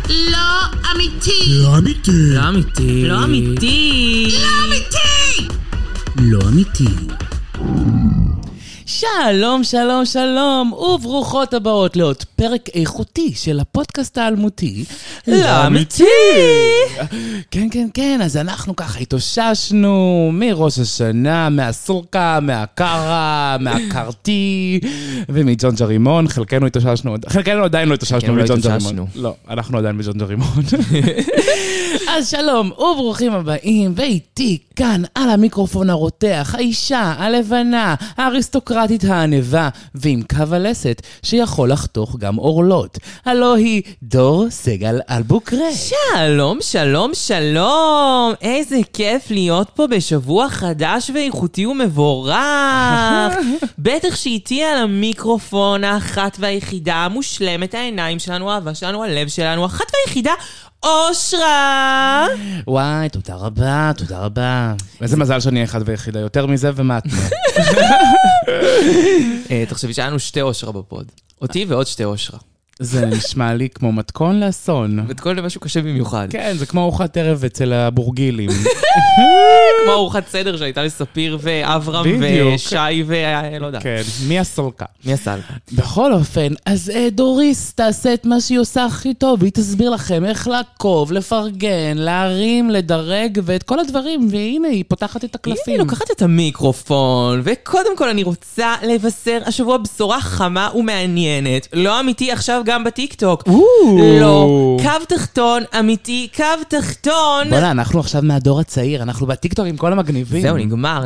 לא אמיתי. לא אמיתי. לא אמיתי. לא אמיתי. לא אמיתי. לא אמיתי. שלום, שלום, שלום, וברוכות הבאות לעוד פרק איכותי של הפודקאסט האלמותי. לא אמיתי. כן, כן, כן, אז אנחנו ככה התאוששנו מראש השנה, מהסולקה, מהקרה, מהקרתי ומג'ון ג'רימון. חלקנו התאוששנו, חלקנו עדיין לא התאוששנו מג'ון ג'רימון. לא, אנחנו עדיין מג'ון ג'רימון. אז שלום וברוכים הבאים, ואיתי כאן על המיקרופון הרותח, האישה הלבנה, האריסטוקרטית הענבה, ועם קו הלסת שיכול לחתוך גם אורלות. הלא היא דור סגל אלבוקרה. שלום, שלום, שלום. איזה כיף להיות פה בשבוע חדש ואיכותי ומבורך. בטח שאיתי על המיקרופון האחת והיחידה, המושלמת, העיניים שלנו, האהבה שלנו, הלב שלנו, אחת והיחידה, אושרה. וואי, תודה רבה, תודה רבה. איזה מזל שאני אחד ויחידה, יותר מזה ומתנו. תחשבי שהיינו שתי אושרה בפוד. אותי ועוד שתי אושרה. זה נשמע לי כמו מתכון לאסון. מתכון למשהו קשה במיוחד. כן, זה כמו ארוחת ערב אצל הבורגילים. כמו ארוחת סדר שהייתה לספיר ואברהם ושי ולא יודע. כן, מי הסולקה? מי הסלקה? בכל אופן, אז דוריס תעשה את מה שהיא עושה הכי טוב, והיא תסביר לכם איך לעקוב, לפרגן, להרים, לדרג ואת כל הדברים, והנה היא פותחת את הקלפים. היא לוקחת את המיקרופון, וקודם כל אני רוצה לבשר השבוע בשורה חמה ומעניינת. לא אמיתי עכשיו גם בטיקטוק. לא, קו תחתון, אמיתי, קו תחתון. בוא'נה, אנחנו עכשיו מהדור הצעיר, אנחנו בטיקטוק עם כל המגניבים. זהו,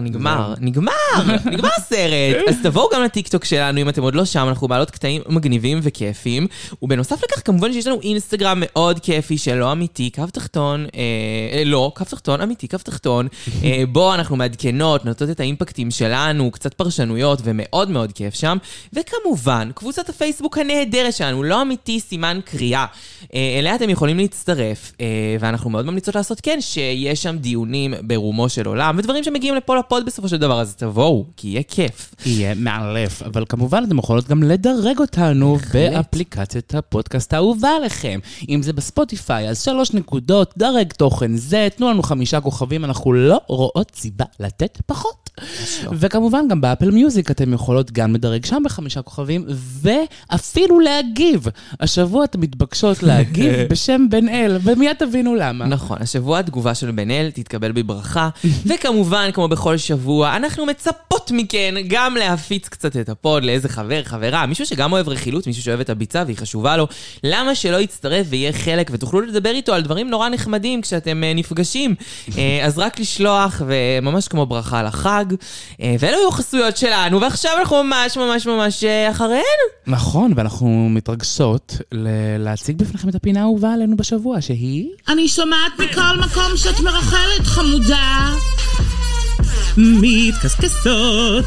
נגמר הסרט. אז תבואו גם לטיקטוק שלנו, אם אתם עוד לא שם, אנחנו בעלות קטעים מגניבים וכיפים. ובנוסף לכך, כמובן שיש לנו אינסטגרם מאוד כיפי שלא אמיתי, קו תחתון, קו תחתון, אמיתי, קו תחתון. בו אנחנו מעדכנות, נותנות את האימפקטים שלנו, קצת פרשנויות, ומאוד מאוד כיף שם. וכמובן, קבוצת הפייסבוק הנהדרת שלנו, לא אמיתי, סימן קריאה. אליה אתם יכולים להצטרף, ואנחנו מאוד ממליצות לעשות כן, שיש שם דיונים ברומו של עולם, ודברים שמגיעים לפה לפוד בסופו של דבר, אז תבואו, כי יהיה כיף. יהיה מעלף, אבל כמובן אתם יכולות גם לדרג אותנו באפליקציית הפודקאסט האהובה עליכם. אם זה בספוטיפיי, אז 3 נקודות, דרג תוכן זה, תנו לנו 5 כוכבים, אנחנו לא רואות סיבה לתת פחות. וכמובן גם באפל מיוזיק אתם יכולות גם לדרג שם ב5 כוכבים, ואפילו להגיב. השבוע אתם מתבקשות להגיב בשם בן אל, ומיד תבינו למה. נכון, השבוע התגובה של בן אל תתקבל בברכה, וכמובן, כמו בכל שבוע, אנחנו מצפות מכן גם להפיץ קצת את הפוד לאיזה חבר, חברה, מישהו שגם אוהב רכילות, מישהו שאוהב את הביצה והיא חשובה לו, למה שלא יצטרף ויהיה חלק, ותוכלו לדבר איתו על דברים נורא נחמדים כשאתם נפגשים. אז רק לשלוח, וממש כמו ברכה לחג, ואלו היו חסויות שלנו, ועכשיו אנחנו ממש אחריהן. נכון, ואנחנו מתרגשות להציג בפניכם את הפינה האהובה עלינו בשבוע, שהיא... אני שומעת מכל מקום שאת מרחלת, חמודה. מתקסקסות.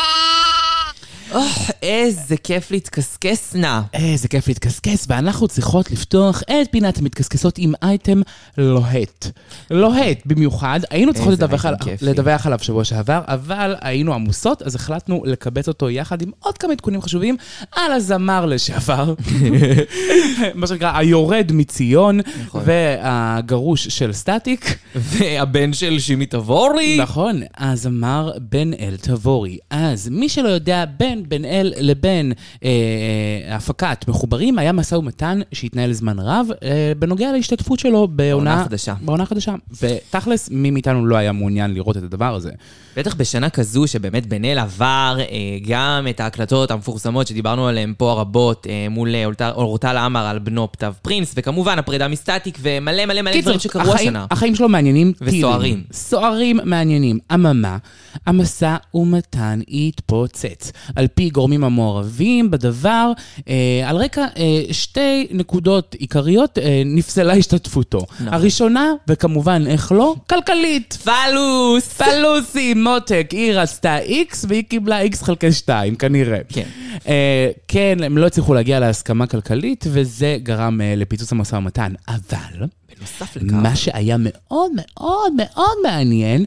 איזה כיף להתקסקס נא. איזה כיף להתקסקס, ואנחנו צריכות לפתוח את פינת המתקסקסות עם אייטם לוהט. לוהט במיוחד, היינו צריכות לדווח עליו שבוע שעבר, אבל היינו עמוסות, אז החלטנו לקבץ אותו יחד עם עוד כמה עדכונים חשובים על הזמר לשעבר. מה שנקרא, היורד מציון, והגרוש של סטטיק. והבן של שימי תבורי. נכון, הזמר בן אל תבורי. אז מי שלא יודע, בן אל לבין הפקת מחוברים, היה מסע ומתן שהתנהל זמן רב, בנוגע להשתתפות שלו בעונה חדשה. ותכלס, מי מאיתנו לא היה מעוניין לראות את הדבר הזה. בטח בשנה כזו שבאמת בן אל עבר גם את ההקלטות המפורסמות שדיברנו עליהן פה רבות, מול אורטל עמר על בנו פטב פרינס, וכמובן הפרידה מסטטיק ומלא דברים שקרו השנה. החיים שלו מעניינים. וסוערים. סוערים מעניינים. אממה, המסע ומתן התפוצץ. על פי גורמים המעורבים בדבר, על רקע 2 נקודות עיקריות נפסלה השתתפותו. הראשונה, וכמובן איך לא, כלכלית. פלוסי, מותק, היא רצתה X והיא קיבלה X חלקי 2, כנראה. כן. כן, הם לא הצליחו להגיע להסכמה כלכלית, וזה גרם לפיצוץ המשא ומתן. אבל... מה שהיה מאוד מאוד מאוד מעניין,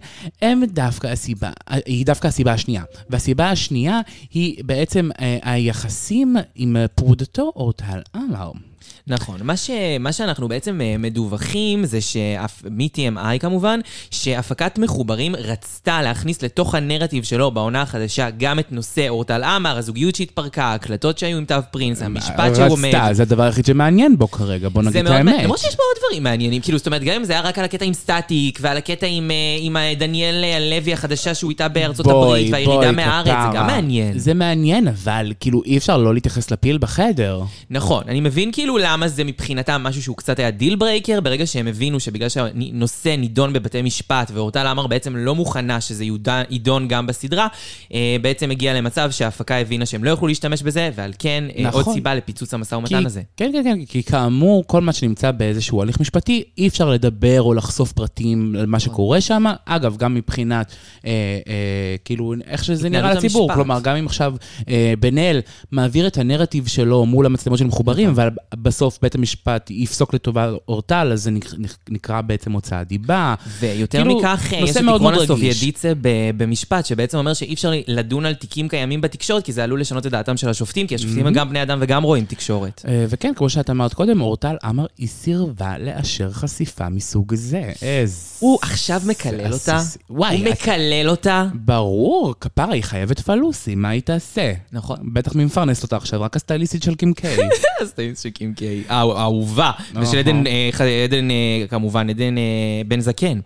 היא דווקא הסיבה השנייה. והסיבה השנייה היא בעצם היחסים עם פרודתו אורטל עמר. נכון. מה שאנחנו בעצם מדווחים זה מ-TMI כמובן, שהפקת מחוברים רצתה להכניס לתוך הנרטיב שלו בעונה החדשה גם את נושא אורטל אמר, הזוגיות שהתפרקה, ההקלטות שהיו עם תו פרינס, המשפט שהוא עומד. רצתה, זה הדבר היחיד שמעניין בו כרגע, בוא נגיד את האמת. למרות שיש בו עוד דברים מעניינים, כאילו, זאת אומרת, גם אם זה היה רק על הקטע עם סטטיק, ועל הקטע עם דניאל הלוי החדשה שהוא איתה בארצות הברית, והירידה מהארץ, זה גם מעניין. זה מעניין, אבל כאילו אי אפשר לא להתייחס לפיל בחדר. נכון, אני מבין כאילו למה זה מבחינתם משהו שהוא קצת היה דיל ברייקר, ברגע שהם הבינו שבגלל שהנושא נידון בבתי משפט, ואורטל אמר בעצם לא מוכנה שזה יידון גם בסדרה, בעצם הגיע למצב שההפקה הבינה שהם לא יוכלו להשתמש בזה, ועל כן עוד סיבה לפיצוץ המשא ומתן הזה. כן, כן, כן, כי כאמור, כל מה שנמצא באיזשהו הליך משפטי, אי אפשר לדבר או לחשוף פרטים על מה שקורה שם. אגב, גם מבחינת, כאילו, איך שזה נראה לציבור. כלומר, גם אם עכשיו בן-אל מעביר את הנרטיב שלו מול המצלמות של מחוברים, אבל בסוף בית המשפט יפסוק לטובה אורטל, אז זה נקרא בעצם הוצאה דיבה. ויותר מכך, יש את עקרון הסוביידיצה במשפט, שבעצם אומר שאי אפשר לדון על תיקים קיימים בתקשורת, כי זה עלול לשנות את דעתם של השופטים, כי השופטים הם גם בני אדם וגם רואים תקשורת. וכן, כמו שאת אמרת קודם, אורטל אמר, היא סירבה לאשר חשיפה מסוג זה. הוא עכשיו מקלל אותה? הוא מקלל אותה? ברור, כפרה, היא חייבת פלוסי, מה היא תעשה? נכון. בטח מי מפרנס אותה עכשיו, רק הסטייליסטית של קים קיי. הסטייליסטית של קים קיי, האהובה, ושל עדן, כמובן, עדן בן זקן.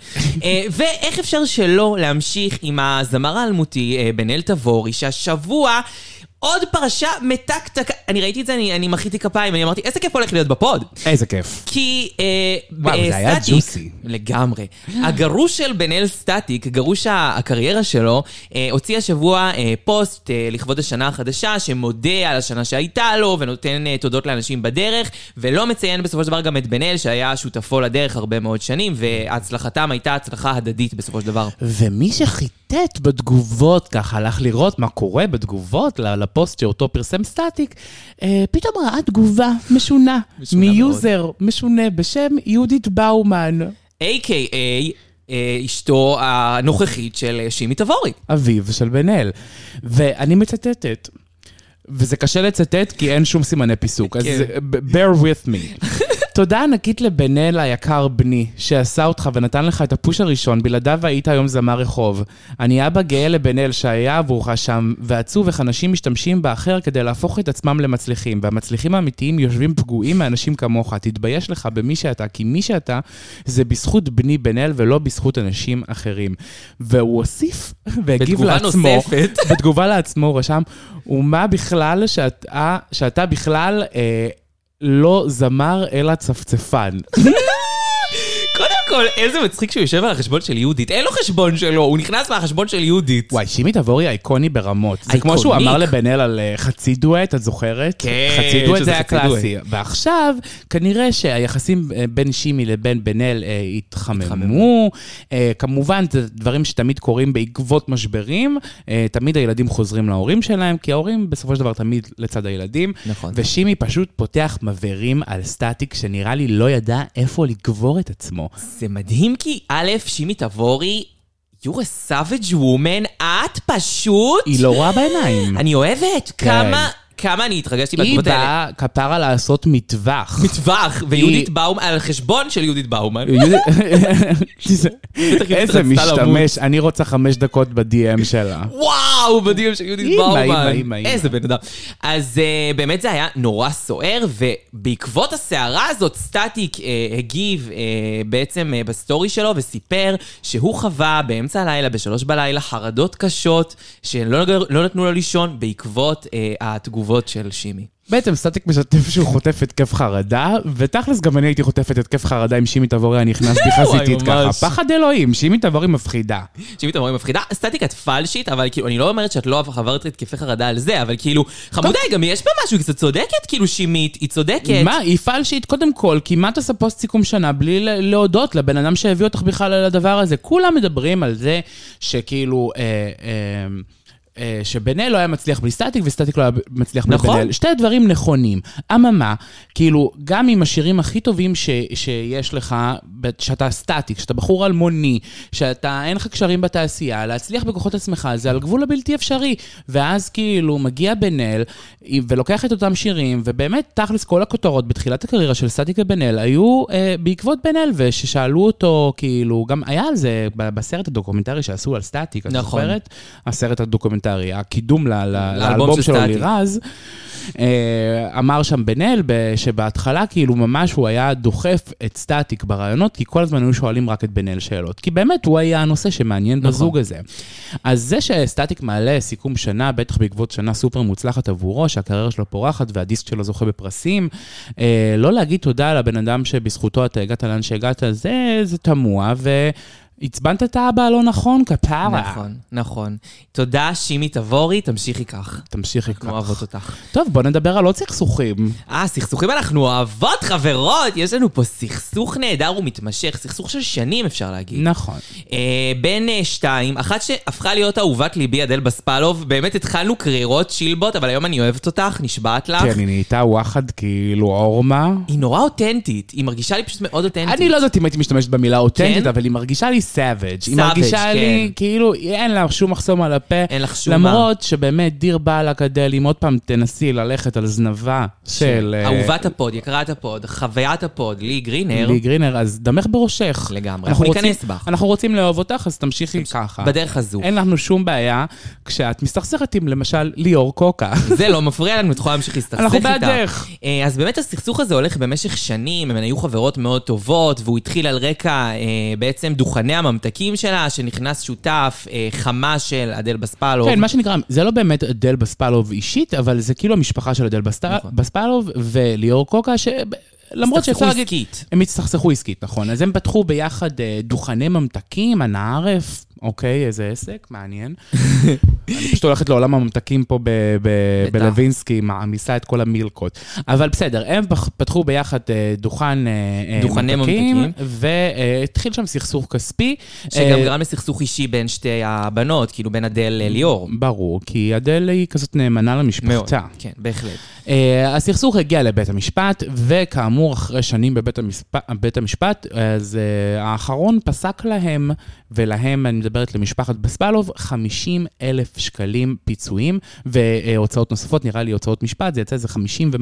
ואיך אפשר שלא להמשיך עם הזמר האלמותי, בן-אל תבורי, שהשבוע עוד פרשה מתקתק, אני ראיתי את זה, אני מחיתי כפיים, אני אמרתי, איזה כיף הולך להיות בפוד. איזה כיף. כי וואו, זה היה ג'וסי. לגמרי. הגרוש של בן-אל סטטיק, גרוש הקריירה שלו, הוציא השבוע פוסט לכבוד השנה החדשה, שמודה על השנה שהייתה לו, ונותן תודות לאנשים בדרך, ולא מציין בסופו של דבר גם את בן-אל, שהיה שותפו לדרך הרבה מאוד שנים, והצלחתם הייתה הצלחה הדדית בסופו של דבר. ומי שחיטט בתגובות, ככה הלך לראות מה קורה בתגובות לפוסט שאותו פרסם סטטיק, פתאום ראה תגובה משונה מיוזר משונה בשם יהודית באומן. A.K.A. אשתו הנוכחית של שימי תבורי. אביו של בן-אל. ואני מצטטת. וזה קשה לצטט כי אין שום סימני פיסוק. אז bear with me. תודה ענקית לבן-אל היקר בני, שעשה אותך ונתן לך את הפוש הראשון, בלעדיו היית היום זמר רחוב. אני אבא גאה לבן-אל שהיה עבורך שם, ועצוב איך אנשים משתמשים באחר כדי להפוך את עצמם למצליחים, והמצליחים האמיתיים יושבים פגועים מאנשים כמוך. תתבייש לך במי שאתה, כי מי שאתה זה בזכות בני בן-אל ולא בזכות אנשים אחרים. והוא הוסיף והגיב לעצמו, בתגובה לעצמו רשם, ומה בכלל שאתה בכלל לא זמר אלא צפצפן. קודם כל, איזה מצחיק שהוא יושב על החשבון של יהודית. אין לו חשבון שלו, הוא נכנס מהחשבון של יהודית. וואי, שימי תבורי האיקוני ברמות. זה כמו שהוא אמר לבן-אל על חצי דואט, את זוכרת? כן. חצי דואט זה היה קלאסי. ועכשיו, כנראה שהיחסים בין שימי לבין בן-אל התחממו. כמובן, זה דברים שתמיד קורים בעקבות משברים. תמיד הילדים חוזרים להורים שלהם, כי ההורים בסופו של דבר תמיד לצד הילדים. נכון. ושימי פשוט פותח מבהרים על סטטיק, שנראה לי לא ידע איפה לגבור את עצמו. זה מדהים כי א', שימי תבורי, you're a savage woman, את פשוט... היא לא רואה בעיניים. אני אוהבת, כמה אני התרגשתי בתגובות האלה. היא באה כפרה לעשות מטווח. מטווח, ויהודית באומן, על חשבון של יהודית באומן. איזה משתמש, אני רוצה 5 דקות ב-DM שלה. וואו, ב-DM של יהודית באומן. אימא. איזה בן אדם. אז באמת זה היה נורא סוער, ובעקבות הסערה הזאת, סטטיק הגיב בעצם בסטורי שלו, וסיפר שהוא חווה באמצע הלילה, ב3 בלילה, חרדות קשות, שלא נתנו לו לישון, בעקבות התגובות של שימי. בעצם סטטיק משתף שהוא חוטף התקף חרדה, ותכלס גם אני הייתי חוטפת התקף חרדה עם שימי תבורי הנכנס בחזיתית ככה. פחד אלוהים, שימי תבורי מפחידה. שימי תבורי מפחידה, סטטיק את פלשית, אבל כאילו, אני לא אומרת שאת לא חברת התקפי חרדה על זה, אבל כאילו, חמודה, גם יש בה משהו, היא קצת צודקת, כאילו שימית, היא צודקת. מה, היא פלשית קודם כל, כמעט עשה פוסט סיכום שנה, בלי להודות לבן אדם שהביא אותך בכלל על הדבר הזה. כולם מדברים על זה שכאילו, שבן-אל לא היה מצליח בלי סטטיק, וסטטיק לא היה מצליח בלי נכון. בן-אל. שתי דברים נכונים. אממה, כאילו, גם עם השירים הכי טובים שיש לך, שאתה סטטיק, שאתה בחור אלמוני, שאתה אין לך קשרים בתעשייה, להצליח בכוחות עצמך, זה על גבול הבלתי אפשרי. ואז כאילו, מגיע בן-אל, ולוקח את אותם שירים, ובאמת, תכלס כל הכותרות בתחילת הקריירה של סטטיק ובן-אל, היו בעקבות בן-אל, וששאלו אותו, כאילו, גם היה על זה, בסרט הדוקומנטרי שעשו על סטטיק, את זוכרת? הסרט הדוקומנטרי, הקידום לאלבום שלו לירז, אמר שם בן-אל, שבהתחלה כאילו ממש הוא היה דוחף את סטטיק ברעיונות, כי כל הזמן היו שואלים רק את בן-אל שאלות, כי באמת הוא היה הנושא שמעניין בזוג הזה. אז זה שסטטיק מעלה סיכום שנה, בטח בעקבות שנה סופר מוצלחת עבורו, שהקריירה שלו פורחת והדיסק שלו זוכה בפרסים, לא להגיד תודה לבן אדם שבזכותו אתה הגעת לאן שהגעת, זה תמוה, הצבנת את האבא הלא נכון, כפרה. נכון, נכון. תודה, שימי תבורי, תמשיכי כך. תמשיכי כך. אנחנו אוהבות אותך. טוב, בוא נדבר על עוד סכסוכים. סכסוכים אנחנו אוהבות, חברות. יש לנו פה סכסוך נהדר ומתמשך, סכסוך של שנים אפשר להגיד. נכון. בין שתיים, אחת שהפכה להיות אהובת ליבי, אדל בספלוב, באמת התחלנו קריירות שילבות, אבל היום אני אוהבת אותך, נשבעת לך. כן, היא נהייתה וואחד כאילו אורמה. היא נורא אותנטית, היא מרגישה לי פשוט מאוד אותנטית. אני לא יודעת אם הייתי משתמשת במילה אותנטית, אבל היא מרגישה לי סאביג'. היא מרגישה לי כאילו, אין לה שום מחסום על הפה. אין לך שום למרות שבאמת דיר בעלק אדל, אם עוד פעם תנסי ללכת על זנבה של... אהובת הפוד, יקרת הפוד, חוויית הפוד, לי גרינר. לי גרינר, אז דמך בראשך. לגמרי, אנחנו ניכנס בך. אנחנו רוצים לאהוב אותך, אז תמשיכי ככה. בדרך הזו. אין לנו שום בעיה, כשאת מסתכסכת עם למשל ליאור קוקה. זה לא מפריע לנו, את יכולה להמשיך להסתכסך אנחנו איתה. בעדך. אז באמת הסכסוך הזה הולך במשך שנים, הן היו חברות מאוד טובות, והוא התחיל על רקע בעצם דוכני הממתקים שלה, שנכנס שותף, חמה של אדל בספלוב. כן, מה שנקרא, זה לא באמת אדל בספלוב אישית, אבל זה כאילו המשפחה של אדל בספלוב וליאור קוקה, למרות שאפשר להגיד, הם הצטחסכו עסקית, נכון. אז הם פתחו ביחד דוכני ממתקים, הנערף, אוקיי, איזה עסק, מעניין. אני פשוט הולכת לעולם הממתקים פה בלווינסקי, מעמיסה את כל המילקות. אבל בסדר, הם פתחו ביחד דוכני ממתקים, והתחיל שם סכסוך כספי. שגם גרם לסכסוך אישי בין שתי הבנות, כאילו בין אדל ליאור. ברור, כי אדל היא כזאת נאמנה למשפחתה. כן, בהחלט. הסכסוך הגיע לבית המשפט, וכאמור, אחרי שנים בבית המשפט, אז האחרון פסק להם, ולהם, אני מדברת למשפחת בספלוב, 50,000 שקלים פיצויים, והוצאות נוספות, נראה לי הוצאות משפט, זה יצא איזה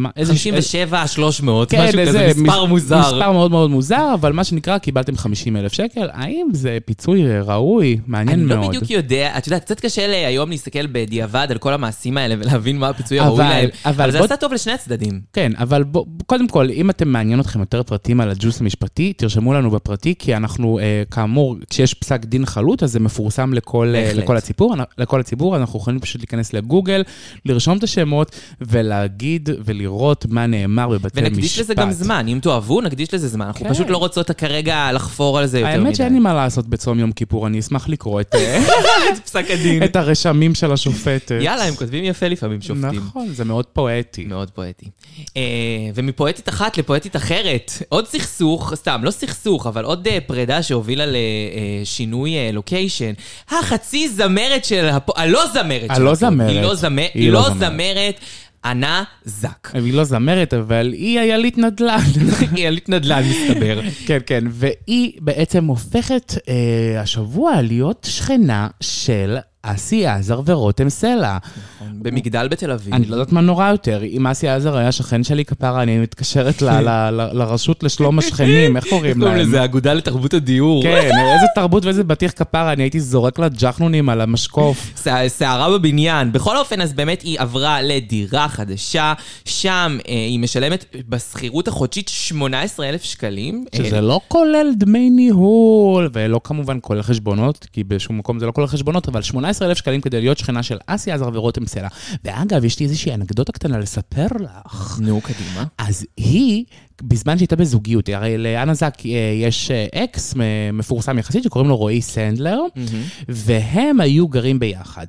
57, 300, כן, משהו כזה, מספר מוזר. מספר מאוד מאוד מוזר, אבל מה שנקרא, קיבלתם 50,000 שקל, האם זה פיצוי ראוי? מעניין מאוד. אני לא בדיוק יודע, את יודעת, קצת קשה לי היום להסתכל בדיעבד על כל המעשים האלה, ולהבין מה הפיצוי הראוי להם, אבל זה עשה טוב לשני הצדדים. כן, אבל קודם כל, אם אתם מעניין אתכם יותר פרטים על הג'וס המשפטי, תרשמו לנו בפרטי, כי אנחנו, כאמור, כשיש פסק דין חלוט, אז זה מפורסם לכל הציבור, אנחנו יכולים פשוט להיכנס לגוגל, לרשום את השמות, ולהגיד ולראות מה נאמר בבתי משפט. ונקדיש לזה גם זמן, אם תאהבו, נקדיש לזה זמן. אנחנו פשוט לא רוצות כרגע לחפור על זה יותר מדי. האמת שאין לי מה לעשות בצום יום כיפור, אני אשמח לקרוא את פסק הדין. את הרשמים של השופטת. יאללה, הם כותבים יפה לפעמים שופטים. נכון, זה מאוד פואטי. מאוד פואטי. ומפואטית אחת לפואטית אחרת, עוד סכסוך, סתם, לא סכסוך, אבל עוד פרידה שהובילה לשינוי לוקיישן. החצי זמרת של, הלא זמרת. היא לא זמרת. ענה זק. היא לא זמרת, אבל היא איילית נדל"ן. היא איילית נדל"ן, מסתבר. כן, כן. והיא בעצם הופכת השבוע להיות שכנה של אסי עזר ורותם סלע. במגדל בתל אביב. אני לא יודעת מה נורא יותר. אם אסי עזר היה שכן שלי כפרה, אני מתקשרת לרשות לשלום השכנים. איך קוראים להם? זה אגודה לתרבות הדיור. כן, איזה תרבות ואיזה בטיח כפרה. אני הייתי זורק לה ג'חנונים על המשקוף. שערה בבניין. בכל אופן, אז באמת היא עברה לדירה חדשה. שם היא משלמת בסחירות החודשית 18,000 שקלים. שזה לא כולל דמי ניהול, ולא כמובן כולל חשבונות, כי בשום מקום זה לא כולל חשבונות, אבל 18,000 שקלים כדי להיות שכנה של אסי עזר ורותם סלע. ואגב, יש לי איזושהי אנקדוטה קטנה לספר לך. נו, קדימה. אז היא, בזמן שהייתה בזוגיות, הרי לאנה זק יש אקס מפורסם יחסית, שקוראים לו רועי סנדלר, והם היו גרים ביחד.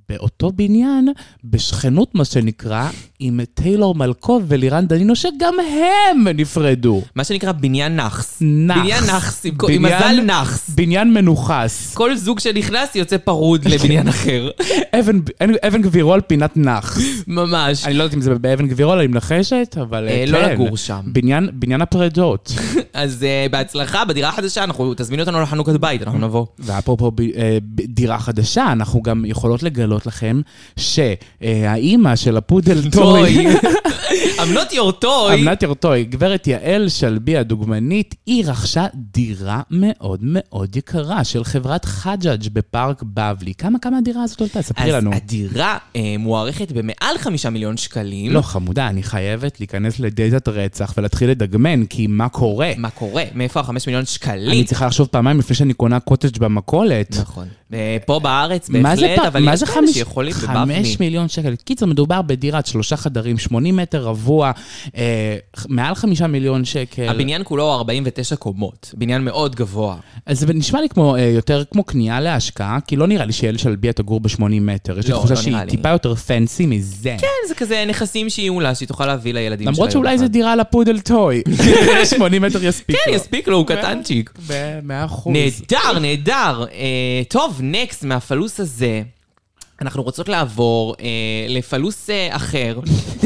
באותו בניין, בשכנות מה שנקרא, עם טיילור מלקוב ולירן דנינו, שגם הם נפרדו. מה שנקרא בניין נחס. נחס. בניין נחס, עם מזל נחס. בניין מנוחס. כל זוג שנכנס יוצא פרוד לבניין אחר. אבן גבירול פינת נחס. ממש. אני לא יודעת אם זה באבן גבירול, אני מנחשת, אבל כן. לא לגור שם. בניין הפרדות. אז בהצלחה, בדירה החדשה, תזמינו אותנו לחנוכת בית, אנחנו נבוא. ואפרופו דירה חדשה, אנחנו גם יכולות לגלות לכם שהאימא של הפודל טוי, I'm not your toy. I'm not your toy, גברת יעל שלבי הדוגמנית, היא רכשה דירה מאוד מאוד יקרה של חברת חג'אג' בפארק בבלי. כמה הדירה הזאת עלתה? ספרי לנו. אז הדירה מוערכת במעל 5 מיליון שקלים. לא, חמודה, אני חייבת להיכנס לדייטת רצח ולהתחיל לדגמן, כי מה קורה? מה קורה? מאיפה 5 מיליון שקלים? אני צריכה לחשוב פעמיים לפני שאני קונה קוטג' במכולת. נכון. פה בארץ בהחלט, אבל יש כאלה שיכולים בבבלי. 5 מיליון שקל. קיצר, מדובר בדירת 3 חדרים, 80 מטר רבוע, מעל 5 מיליון שקל. הבניין כולו 49 קומות, בניין מאוד גבוה. אז זה נשמע לי יותר כמו קנייה להשקעה, כי לא נראה לי שיעל שלבי תגור ב-80 מטר. יש לי תחושה שהיא טיפה יותר פנסי מזה. כן, זה כזה נכסים שיהיו לה, שהיא תוכל להביא לילדים שלה. למרות שאולי זה דירה לפודל טוי. 80 מטר יספיק לו. כן, יספיק לו, הוא קטנצ'יק. ב-100%. נהדר. טוב, נקסט, מהפלוס הזה, אנחנו רוצות לעבור לפלוס אחר.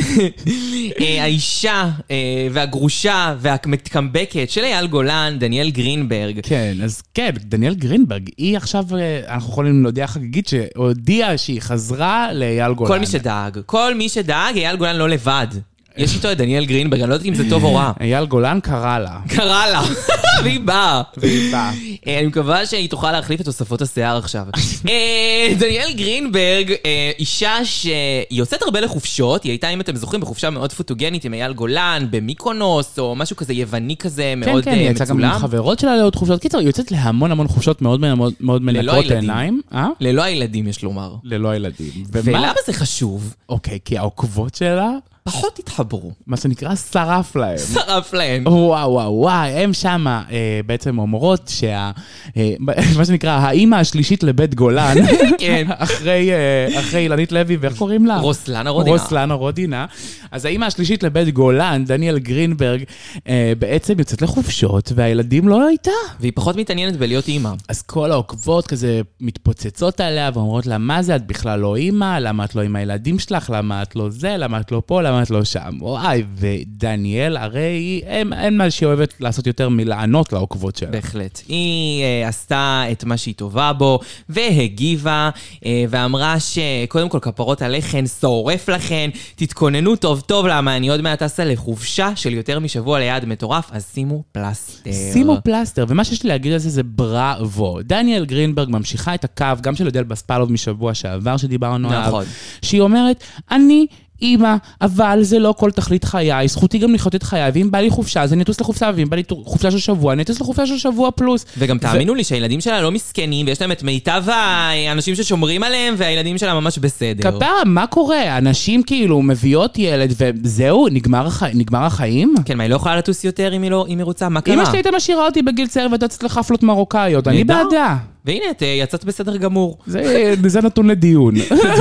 האישה והגרושה והמתקמבקת של אייל גולן, דניאל גרינברג. כן, אז כן, דניאל גרינברג, היא עכשיו, אנחנו יכולים להודיע חגיגית שהודיעה שהיא חזרה לאייל גולן. כל מי שדאג, אייל גולן לא לבד. יש איתו את דניאל גרינברג, אני לא יודעת אם זה טוב או רע. אייל גולן קרא לה. והיא באה. אני מקווה שהיא תוכל להחליף את תוספות השיער עכשיו. דניאל גרינברג, אישה שהיא יוצאת הרבה לחופשות, היא הייתה, אם אתם זוכרים, בחופשה מאוד פוטוגנית עם אייל גולן, במיקונוס, או משהו כזה יווני כזה, מאוד מצולם. כן, היא יצאה גם עם חברות שלה לעוד חופשות. קיצר, היא יוצאת להמון חופשות מאוד מנקות עיניים. ללא הילדים, יש לומר. ללא הילדים. ולמה זה חשוב? אוקיי, כי העוקבות שלה פחות התחברו. מה שנקרא, שרף להם. וואו, הם שמה בעצם אומרות מה שנקרא, האימא השלישית לבית גולן, אחרי אילנית לוי, ואיך קוראים לה? רוסלנה רודינה. אז האימא השלישית לבית גולן, דניאל גרינברג, בעצם יוצאת לחופשות, והילדים לא הייתה. והיא פחות מתעניינת בלהיות אימא. אז כל העוקבות כזה מתפוצצות עליה, ואומרות לה, מה זה, את בכלל לא אימא? למה את לא עם הילדים שלך? למה את לא זה? למה את לא פה? למה את לא שם? וואי, ודניאל, הרי אין מה שהיא אוהבת לעשות יותר מלענות לעוקבות שלה. בהחלט. היא עשתה את מה שהיא טובה בו, והגיבה, ואמרה שקודם כל כפרות עליכן, שורף לכן, תתכוננו טוב, למה אני עוד מעט טסה לחופשה של יותר משבוע ליד מטורף, אז שימו פלסטר. שימו פלסטר, ומה שיש לי להגיד על זה זה בראבו. דניאל גרינברג ממשיכה את הקו, גם של אודל בספלוב משבוע שעבר שדיברנו עליו. נכון. שהיא אומרת, אני אמא, אבל זה לא כל תכלית חיי, זכותי גם לחיות את חיי, ואם בא לי חופשה, אז אני אטוס לחופשה, ואם בא לי חופשה של שבוע, אני אטוס לחופשה של שבוע פלוס. וגם תאמינו לי שהילדים שלה לא מסכנים, ויש להם את מיטב האנשים ששומרים עליהם, והילדים שלה ממש בסדר. כפרה, מה קורה? אנשים כאילו מביאות ילד, וזהו, נגמר החיים? כן, מה, היא לא יכולה לטוס יותר אם היא רוצה? מה קרה? אמא שלי הייתה משאירה אותי בגיל צעיר, ואתה יוצאת לחפלות מרוקאיות, אני בעדה. והנה, את יצאת בסדר גמור. זה נתון לדיון.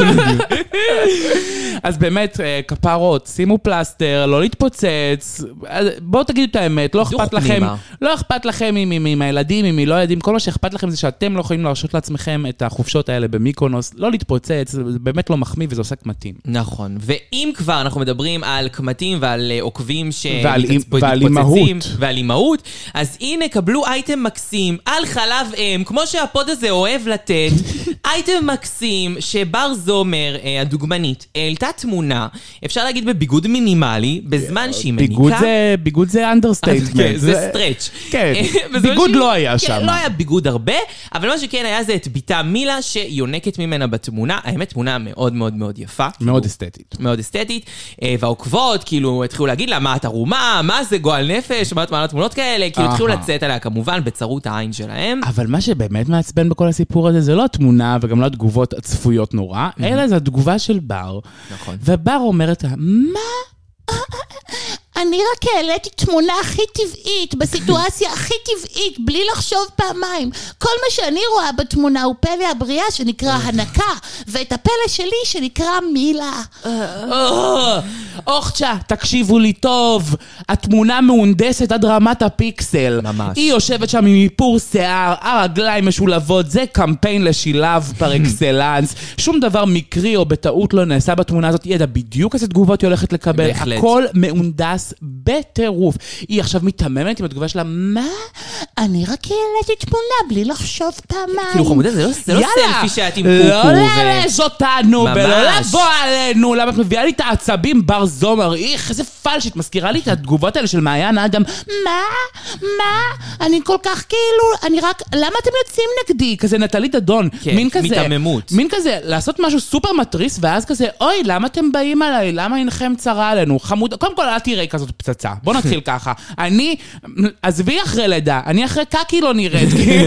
אז באמת, כפרות, שימו פלסטר, לא להתפוצץ, בואו תגידו את האמת, לא אכפת לכם עם הילדים, עם לא ילדים, כל מה שאכפת לכם זה שאתם לא יכולים להרשות לעצמכם את החופשות האלה במיקונוס, לא להתפוצץ, זה באמת לא מחמיא וזה עושה קמטים. נכון, ואם כבר אנחנו מדברים על קמטים ועל עוקבים שמתפוצצים, ועל אימהות, אז הנה קבלו אייטם מקסים על חלב אם, כמו שהפוד הזה אוהב לתת, אייטם מקסים שבר זומר, הדוגמנית, העלתה תמונה, אפשר להגיד בביגוד מינימלי, בזמן שהיא מניקה. ביגוד זה אנדרסטייטמנט. זה סטרץ'. כן, ביגוד לא היה שם. לא היה ביגוד הרבה, אבל מה שכן היה זה את ביתה מילה שיונקת ממנה בתמונה, האמת תמונה מאוד מאוד מאוד יפה. מאוד אסתטית. מאוד אסתטית, והעוקבות כאילו התחילו להגיד לה, מה את ערומה, מה זה גועל נפש, מה את מעלה תמונות כאלה, כאילו התחילו לצאת עליה כמובן בצרות העין שלהם. אבל מה שבאמת מעצבן בכל הסיפור הזה, זה לא התמונה וגם לא התגובות הצפויות נורא, אלא זה התגובה של בר. נכון. ובר אומרת, מה? אני רק העליתי תמונה הכי טבעית, בסיטואציה הכי טבעית, בלי לחשוב פעמיים. כל מה שאני רואה בתמונה הוא פלא הבריאה שנקרא הנקה, ואת הפלא שלי שנקרא מילה. אוכצ'ה, תקשיבו לי טוב. התמונה מהונדסת עד רמת הפיקסל. ממש. היא יושבת שם עם איפור שיער, הרגליים משולבות, זה קמפיין לשילב פר אקסלנס. שום דבר מקרי או בטעות לא נעשה בתמונה הזאת. היא ידעה בדיוק איזה תגובות היא הולכת לקבל. בהחלט. הכל מהונדס בטירוף. היא עכשיו מתאממת עם התגובה שלה, מה? אני רק העליתי תמונה בלי לחשוב פעמיים. כאילו חמודה, זה לא יאללה, סלפי שאת עם קוקו. לא לארז אותנו, ממש. ולא לבוא עלינו. למה את מביאה לי את העצבים בר זומר? איך, איזה פלשית, מזכירה לי את התגובות האלה של מעיין אדם. מה? אני כל כך כאילו, אני רק, למה אתם יוצאים נגדי? כזה נטלי דדון, כן, מין כזה, מתעממות. מין כזה, לעשות משהו סופר מטריס, ואז כזה, אוי, למה אתם באים עליי? למה אינכם צרה עלינו? חמוד, קודם כל, אל תראי כזאת פצצה. בוא נתחיל ככה. עזבי אחרי לידה, אני אחרי קקי לא נראית.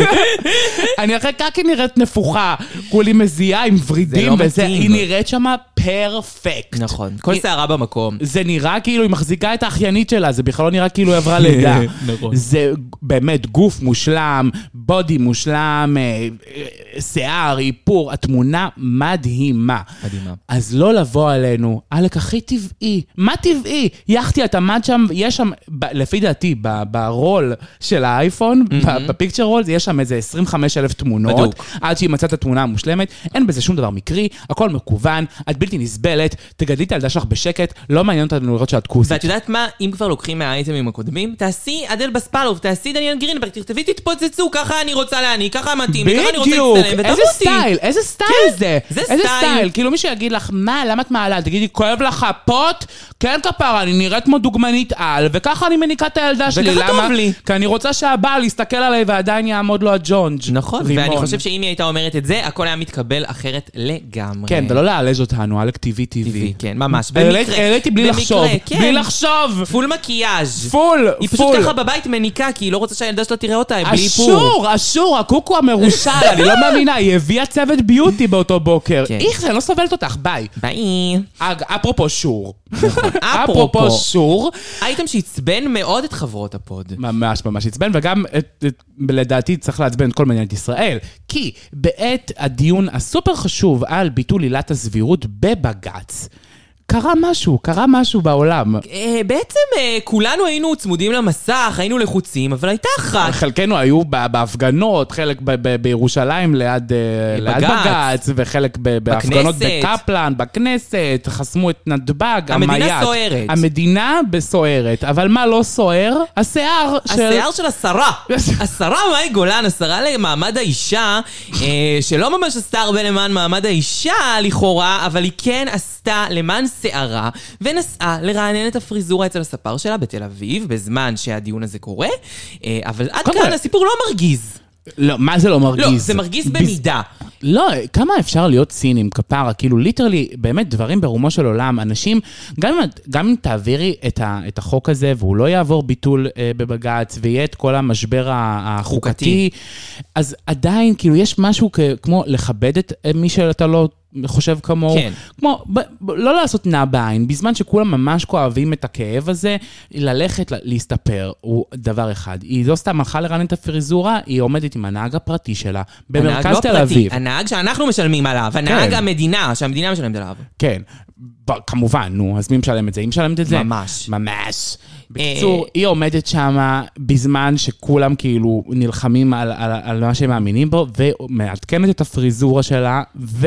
אני אחרי קקי נראית נפוחה. כולי מזיעה עם ורידים וזה, היא נראית שמה פרפקט. נכון, כל שערה במקום. זה נראה כאילו היא מחזיקה את האחיינית שלה, זה בכלל לא נראה כאילו היא עברה לידה. נכון. זה באמת גוף מושלם, בודי מושלם, שיער, איפור, התמונה מדהימה. מדהימה. אז לא לבוא עלינו, אלק הכי טבעי. מה טבעי? יחתי, את עמד שם, יש שם, לפי דעתי, ברול של האייפון, בפיקצ'ר רול, יש שם איזה 25,000 תמונות, בדוק. עד שהיא מצאת את התמונה המושלמת, אין בזה שום דבר מקרי, הכל מקוון, את בלתי נסבלת, תגדלי את הילדה שלך בשקט, לא מעניין אותנו לראות שאת כוסית. ואת יודעת מה? אם כבר לוקחים מהאייטמים הקודמים, תעשי אדל בספלוב, תעשי דניאל גרינברג, תכתבי תתפוצצו, ככה אני רוצה להעניק, ככה מתאים, ככה אני רוצה להצטלם, איזה ותמותי. סטייל, איזה סטייל זה? זה איזה סטייל. סטייל? כאילו מישהו יגיד לך, מה, למה את מעלה? תגידי, כואב לך הפוט? כן כפרה, אני נראית כמו דוגמנית על, וככה אני מניקה את הילדה שלי. וככה למה? טוב לי. כי אני רוצה שהבעל יסתכל עליי ועדיין יעמוד לו הג'ונג'. נכון, רימון. ואני חושב שאם היא הייתה אומרת את זה, הכל היה מתקבל אחרת לגמרי. כן, ולא להעלז אותנו, אלק טבעי. כן, ממש. העליתי בלי לחשוב. כן. בלי לחשוב. פול מקיאז'. פול. היא פשוט ככה בבית מניקה, כי היא לא רוצה שהילדה שלה תראה אותה, בלי איפור. אשור, הקוקו המרושל, אני לא מאמינה, היא הביאה צוות ביוטי באותו בוקר. כן. איך זה, אני לא סובלת אותך, ביי. ביי. אפרופו שור. אפרופו שור. אייטם שעצבן מאוד את חברות הפוד. ממש עצבן, וגם לדעתי צריך לעצבן את כל מדינת ישראל, כי בעת הדיון הסופר חשוב על ביטול עילת הסבירות בבג"ץ, קרה משהו בעולם. בעצם כולנו היינו צמודים למסך, היינו לחוצים, אבל הייתה אחת. חלקנו היו בהפגנות, חלק בירושלים ליד בג"ץ, וחלק בהפגנות בקפלן, בכנסת, חסמו את נתב"ג, המדינה סוערת. המדינה בסוערת, אבל מה לא סוער? השיער של השרה. השרה מאי גולן, השרה למעמד האישה, שלא ממש עשתה הרבה למען מעמד האישה לכאורה, אבל היא כן עשתה למען שערה, ונסעה לרענן את הפריזורה אצל הספר שלה בתל אביב, בזמן שהדיון הזה קורה, אבל עד כאן הסיפור לא מרגיז. לא, מה זה לא מרגיז? לא, זה מרגיז במידה. לא, כמה אפשר להיות צינים, כפרה, כאילו ליטרלי, באמת דברים ברומו של עולם, אנשים, גם אם תעבירי את החוק הזה, והוא לא יעבור ביטול בבג"ץ, ויהיה את כל המשבר החוקתי, אז עדיין, כאילו, יש משהו כמו לכבד את מי שאתה לא חושב כמוהו, כן. כמו, לא לעשות נע בעין, בזמן שכולם ממש כואבים את הכאב הזה, ללכת להסתפר, הוא דבר אחד. היא לא סתם הלכה לרענן את הפריזורה, היא עומדת עם הנהג הפרטי שלה, במרכז תל אביב. הנהג שאנחנו משלמים עליו, הנהג המדינה, שהמדינה משלמת עליו. כן, כמובן, נו, אז מי משלם את זה? היא משלמת את זה? ממש. בקיצור, היא עומדת שם בזמן שכולם כאילו נלחמים על מה שהם מאמינים בו, ומעדכנת את הפריזורה שלה,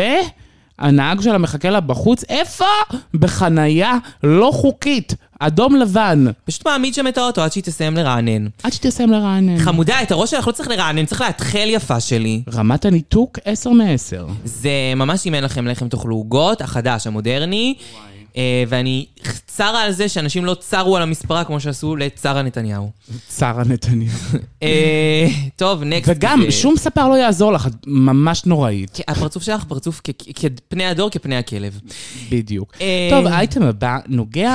הנהג שלה מחכה לה בחוץ, איפה? בחנייה לא חוקית, אדום לבן. פשוט מעמיד שם את האוטו עד שהיא תסיים לרענן. חמודה, את הראש שלך לא צריך לרענן, צריך להתחל יפה שלי. רמת הניתוק 10 מ-10. זה ממש אם אין לכם לחם תאכלו עוגות, החדש, המודרני. ואני צרה על זה שאנשים לא צרו על המספרה כמו שעשו לצרה נתניהו. צרה נתניהו. טוב, נקסט. וגם שום ספר לא יעזור לך, ממש נוראית. הפרצוף שלך פרצוף כפני הדור, כפני הכלב. בדיוק. טוב, האייטם הבא נוגע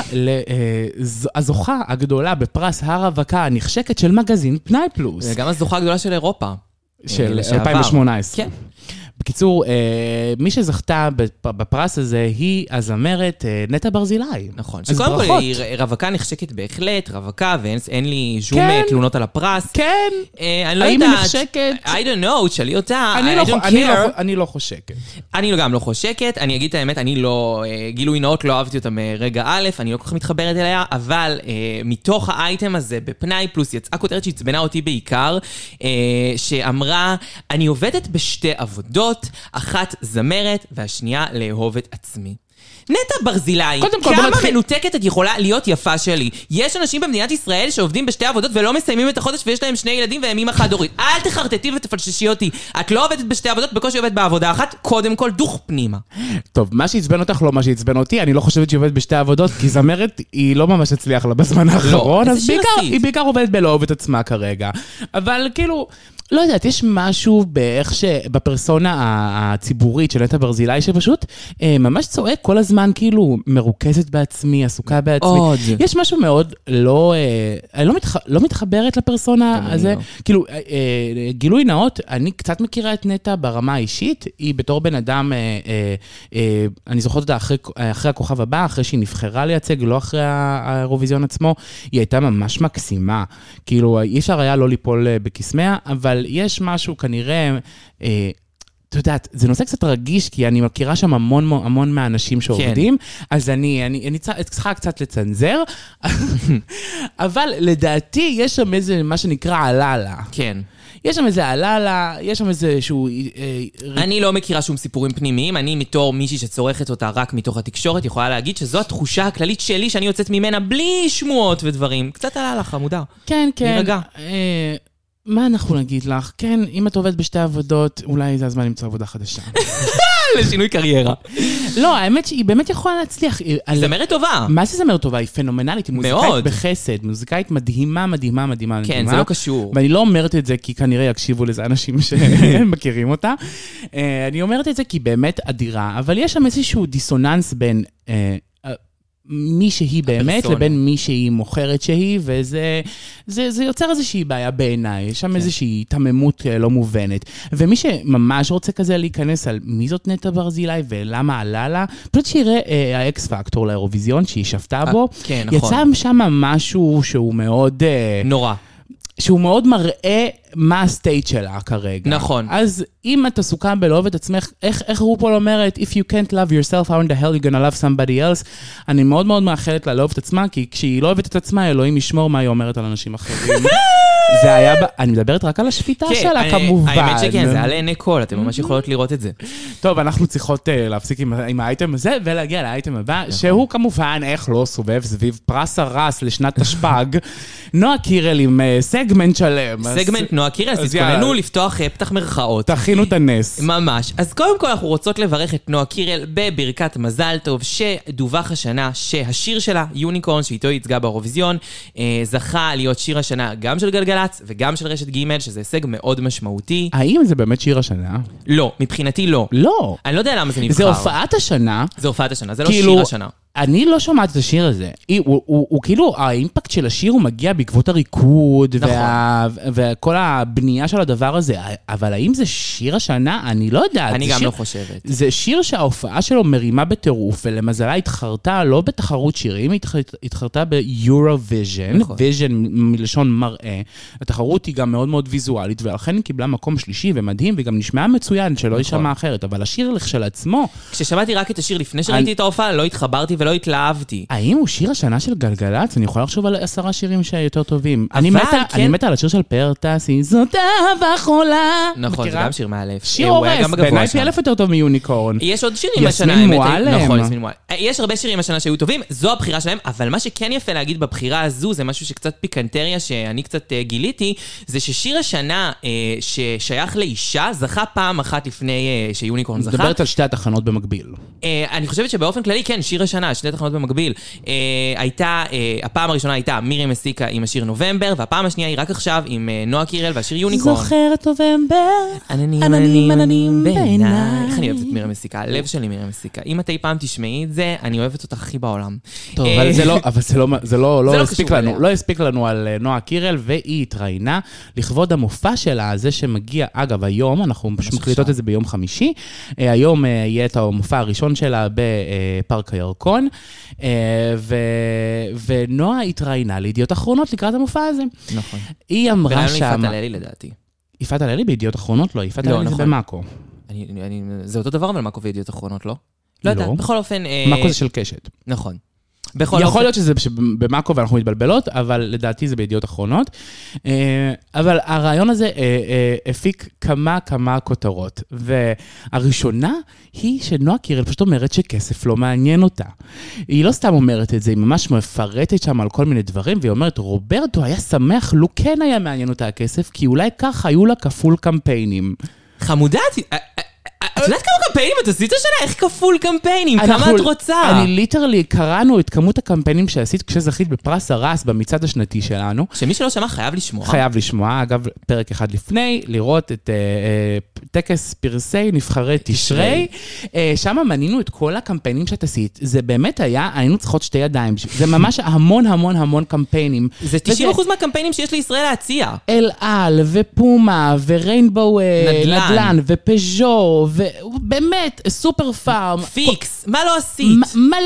לזוכה הגדולה בפרס הרווקה הנחשקת של מגזין פנאי פלוס. וגם הזוכה הגדולה של אירופה. של 2018. כן. בקיצור, מי שזכתה בפרס הזה היא הזמרת נטע ברזילי. נכון, שקודם כל היא רווקה נחשקת בהחלט, רווקה, ואין לי שום תלונות על הפרס. כן, האם היא נחשקת? I don't know, תשאלי אותה, I don't care. אני לא חושקת. אני גם לא חושקת, אני אגיד את האמת, אני לא, גילוי נאות, לא אהבתי אותה מרגע א', אני לא כל כך מתחברת אליה, אבל מתוך האייטם הזה, בפנאי פלוס, יצאה כותרת שהצבנה אותי בעיקר, שאמרה, אני עובדת בשתי עבודות, אחת זמרת והשנייה לאהוב את עצמי. נטע ברזילי, כמה מנותקת את יכולה להיות יפה שלי. יש אנשים במדינת ישראל שעובדים בשתי עבודות ולא מסיימים את החודש ויש להם 2 ילדים והם אמא חד-הורית. אל תחרטטי ותפלששי אותי. את לא עובדת בשתי עבודות, בקושי עובדת בעבודה אחת, קודם כל דוך פנימה. טוב, מה שעצבן אותך לא מה שעצבן אותי, אני לא חושבת שהיא עובדת בשתי עבודות, כי זמרת היא לא ממש הצליח לה בזמן האחרון, אז היא בעיקר עובדת בלאהוב את עצמה כרגע. אבל כאילו, לא יודעת, יש משהו באיך שבפרסונה הציבורית של נטע ברזילי, שפשוט ממש צועק כל הזמן, כאילו מרוכזת בעצמי, עסוקה בעצמי. עוד. יש משהו מאוד אני לא מתחברת לפרסונה הזה. כאילו, גילוי נאות, אני קצת מכירה את נטע ברמה האישית, היא בתור בן אדם, אני זוכרת אותה אחרי הכוכב הבא, אחרי שהיא נבחרה לייצג, לא אחרי האירוויזיון עצמו, היא הייתה ממש מקסימה. כאילו, אי אפשר היה לא ליפול בקסמיה, אבל יש משהו כנראה, אתה יודעת, זה נושא קצת רגיש, כי אני מכירה שם המון מהאנשים שעובדים, אז אני צריכה קצת לצנזר, אבל לדעתי יש שם איזה, מה שנקרא עללה. כן. יש שם איזה עללה, יש שם איזה שהוא... אני לא מכירה שום סיפורים פנימיים, אני מתור מישהי שצורכת אותה רק מתוך התקשורת, יכולה להגיד שזו התחושה הכללית שלי, שאני יוצאת ממנה בלי שמועות ודברים. קצת עללה חמודה. כן, כן. נרגע. מה אנחנו נגיד לך? כן, אם את עובדת בשתי עבודות, אולי זה הזמן למצוא עבודה חדשה. לשינוי קריירה. לא, האמת שהיא באמת יכולה להצליח. היא זמרת טובה. מה זה זמרת טובה? היא פנומנלית, היא מוזיקאית בחסד, מוזיקאית מדהימה. כן, זה לא קשור. ואני לא אומרת את זה כי כנראה יקשיבו לזה אנשים שמכירים אותה. אני אומרת את זה כי באמת אדירה, אבל יש שם איזשהו דיסוננס בין... מי שהיא באמת לבין מי שהיא מוכרת שהיא, וזה יוצר איזושהי בעיה בעיניי, יש שם איזושהי תממות לא מובנת, ומי שממש רוצה כזה להיכנס על מי זאת נטע ברזילי ולמה עלה לה, פשוט שיראה האקס פקטור לאירוויזיון שהיא שפתה בו, יצא שם משהו שהוא מאוד... נורא. שהוא מאוד מראה מה הסטייט שלה כרגע. נכון. אז אם את עסוקה בלאהוב את עצמך, איך רופול אומרת, If you can't love yourself, how in the hell you gonna love somebody else? אני מאוד מאוד מאחלת לה לאהוב את עצמה, כי כשהיא לא אוהבת את עצמה, אלוהים ישמור מה היא אומרת על אנשים אחרים. זה היה, אני מדברת רק על השפיטה שלה, כמובן. האמת שכן, זה היה לעיני כל, אתם ממש יכולות לראות את זה. טוב, אנחנו צריכות להפסיק עם האייטם הזה, ולהגיע לאייטם הבא, שהוא כמובן, איך לא סובב סביב פרס הרס לשנת תשפ"ג, נועה קירל עם סגמנט שלם. סגמנט נועה קירל, אז תתכוננו לפתוח פתח מרכאות. תכינו את הנס. ממש. אז קודם כל אנחנו רוצות לברך את נועה קירל בברכת מזל טוב, שדווח השנה שהשיר שלה, יוניקורן, שאיתו ייצגה באירוויזיון, זכה להיות שיר השנה גם של גלגלצ וגם של רשת ג', שזה הישג מאוד משמעותי. האם זה באמת שיר השנה? לא, מבחינתי לא. לא. אני לא יודע למה זה נבחר. זה הופעת השנה. זה הופעת השנה, זה לא שיר השנה. אני לא שומעת את השיר הזה. הוא כאילו, האימפקט של השיר הוא מגיע בעקבות הריקוד, וכל הבנייה של הדבר הזה. אבל האם זה שיר השנה? אני לא יודעת. אני גם לא חושבת. זה שיר שההופעה שלו מרימה בטירוף, ולמזלה התחרתה לא בתחרות שירים, התחרתה ביורווויז'ן, ויז'ן מלשון מראה. התחרות היא גם מאוד מאוד ויזואלית, ולכן היא קיבלה מקום שלישי ומדהים, וגם נשמעה מצוין שלא יישמע אחרת. אבל השיר לכשלעצמו... כששמעתי רק את השיר לפני שראיתי את ההופעה, לא התחברתי ולא התלהבתי. האם הוא שיר השנה של גלגלצ? אני יכולה לחשוב על 10 שירים שיותר טובים. אני מתה על השיר של פרטסי, זאת אהבה חולה. נכון, זה גם שיר מאלף. שיר הורס, בעיניי פי אלף יותר טוב מיוניקורן. יש עוד שירים השנה. יסמין מועלם. נכון, יסמין מועלם. יש הרבה שירים השנה שהיו טובים, זו הבחירה שלהם, אבל מה שכן יפה להגיד בבחירה הזו, זה משהו שקצת פיקנטריה שאני קצת גיליתי, זה ששיר השנה ששייך לאישה, זכה פעם אחת לפני שיוניקורן זכה. מדברת על שתי התחנות במקביל. אני חושבת שבאופן כללי, כן, שיר השנה. שתי תחנות במקביל. הפעם הראשונה הייתה מירי מסיקה עם השיר נובמבר, והפעם השנייה היא רק עכשיו עם נועה קירל והשיר יוניקורן. זוכרת נובמבר, עננים בעיניי. איך אני אוהבת את מירי מסיקה? הלב שלי מירי מסיקה. אם את אי פעם תשמעי את זה, אני אוהבת אותך הכי בעולם. טוב, אבל זה לא הספיק לנו. לא הספיק לנו על נועה קירל, והיא התראיינה לכבוד המופע שלה, זה שמגיע, אגב, היום, אנחנו מקליטות את זה ביום חמישי, היום יהיה את המופע הראשון שלה בפארק הירקון, ונועה התראיינה לידיעות אחרונות לקראת המופע הזה. נכון. היא אמרה שם... ולנו יפעת הללי לדעתי. יפעת הללי בידיעות אחרונות? לא, יפעת הללי זה במאקו. זה אותו דבר אבל מאקו וידיעות אחרונות, לא? לא יודעת, בכל אופן... מאקו זה של קשת. נכון. יכול להיות שזה במאקו ואנחנו מתבלבלות, אבל לדעתי זה בידיעות אחרונות. אבל הרעיון הזה הפיק כמה כותרות. והראשונה היא שנועה קירל פשוט אומרת שכסף לא מעניין אותה. היא לא סתם אומרת את זה, היא ממש מפרטת שם על כל מיני דברים, והיא אומרת, רוברטו היה שמח לו כן היה מעניין אותה הכסף, כי אולי כך היו לה כפול קמפיינים. חמודת, את יודעת כמה קמפיינים את עשית השנה? איך כפול קמפיינים? כמה את רוצה? אני ליטרלי קראנו את כמות הקמפיינים שעשית כשזכית בפרס הרס במצעד השנתי שלנו. שמי שלא שמע חייב לשמוע. חייב לשמוע, אגב, פרק אחד לפני, לראות את טקס פרסי נבחרי תשרי. שם מנינו את כל הקמפיינים שאת עשית. זה באמת היינו צריכות שתי ידיים. זה ממש המון קמפיינים. זה 90% מהקמפיינים שיש לישראל להציע. אל על ופומה וריינבו נדל"ן ופז'ו ובאמת סופר פארם. פיקס, מה לא עשית?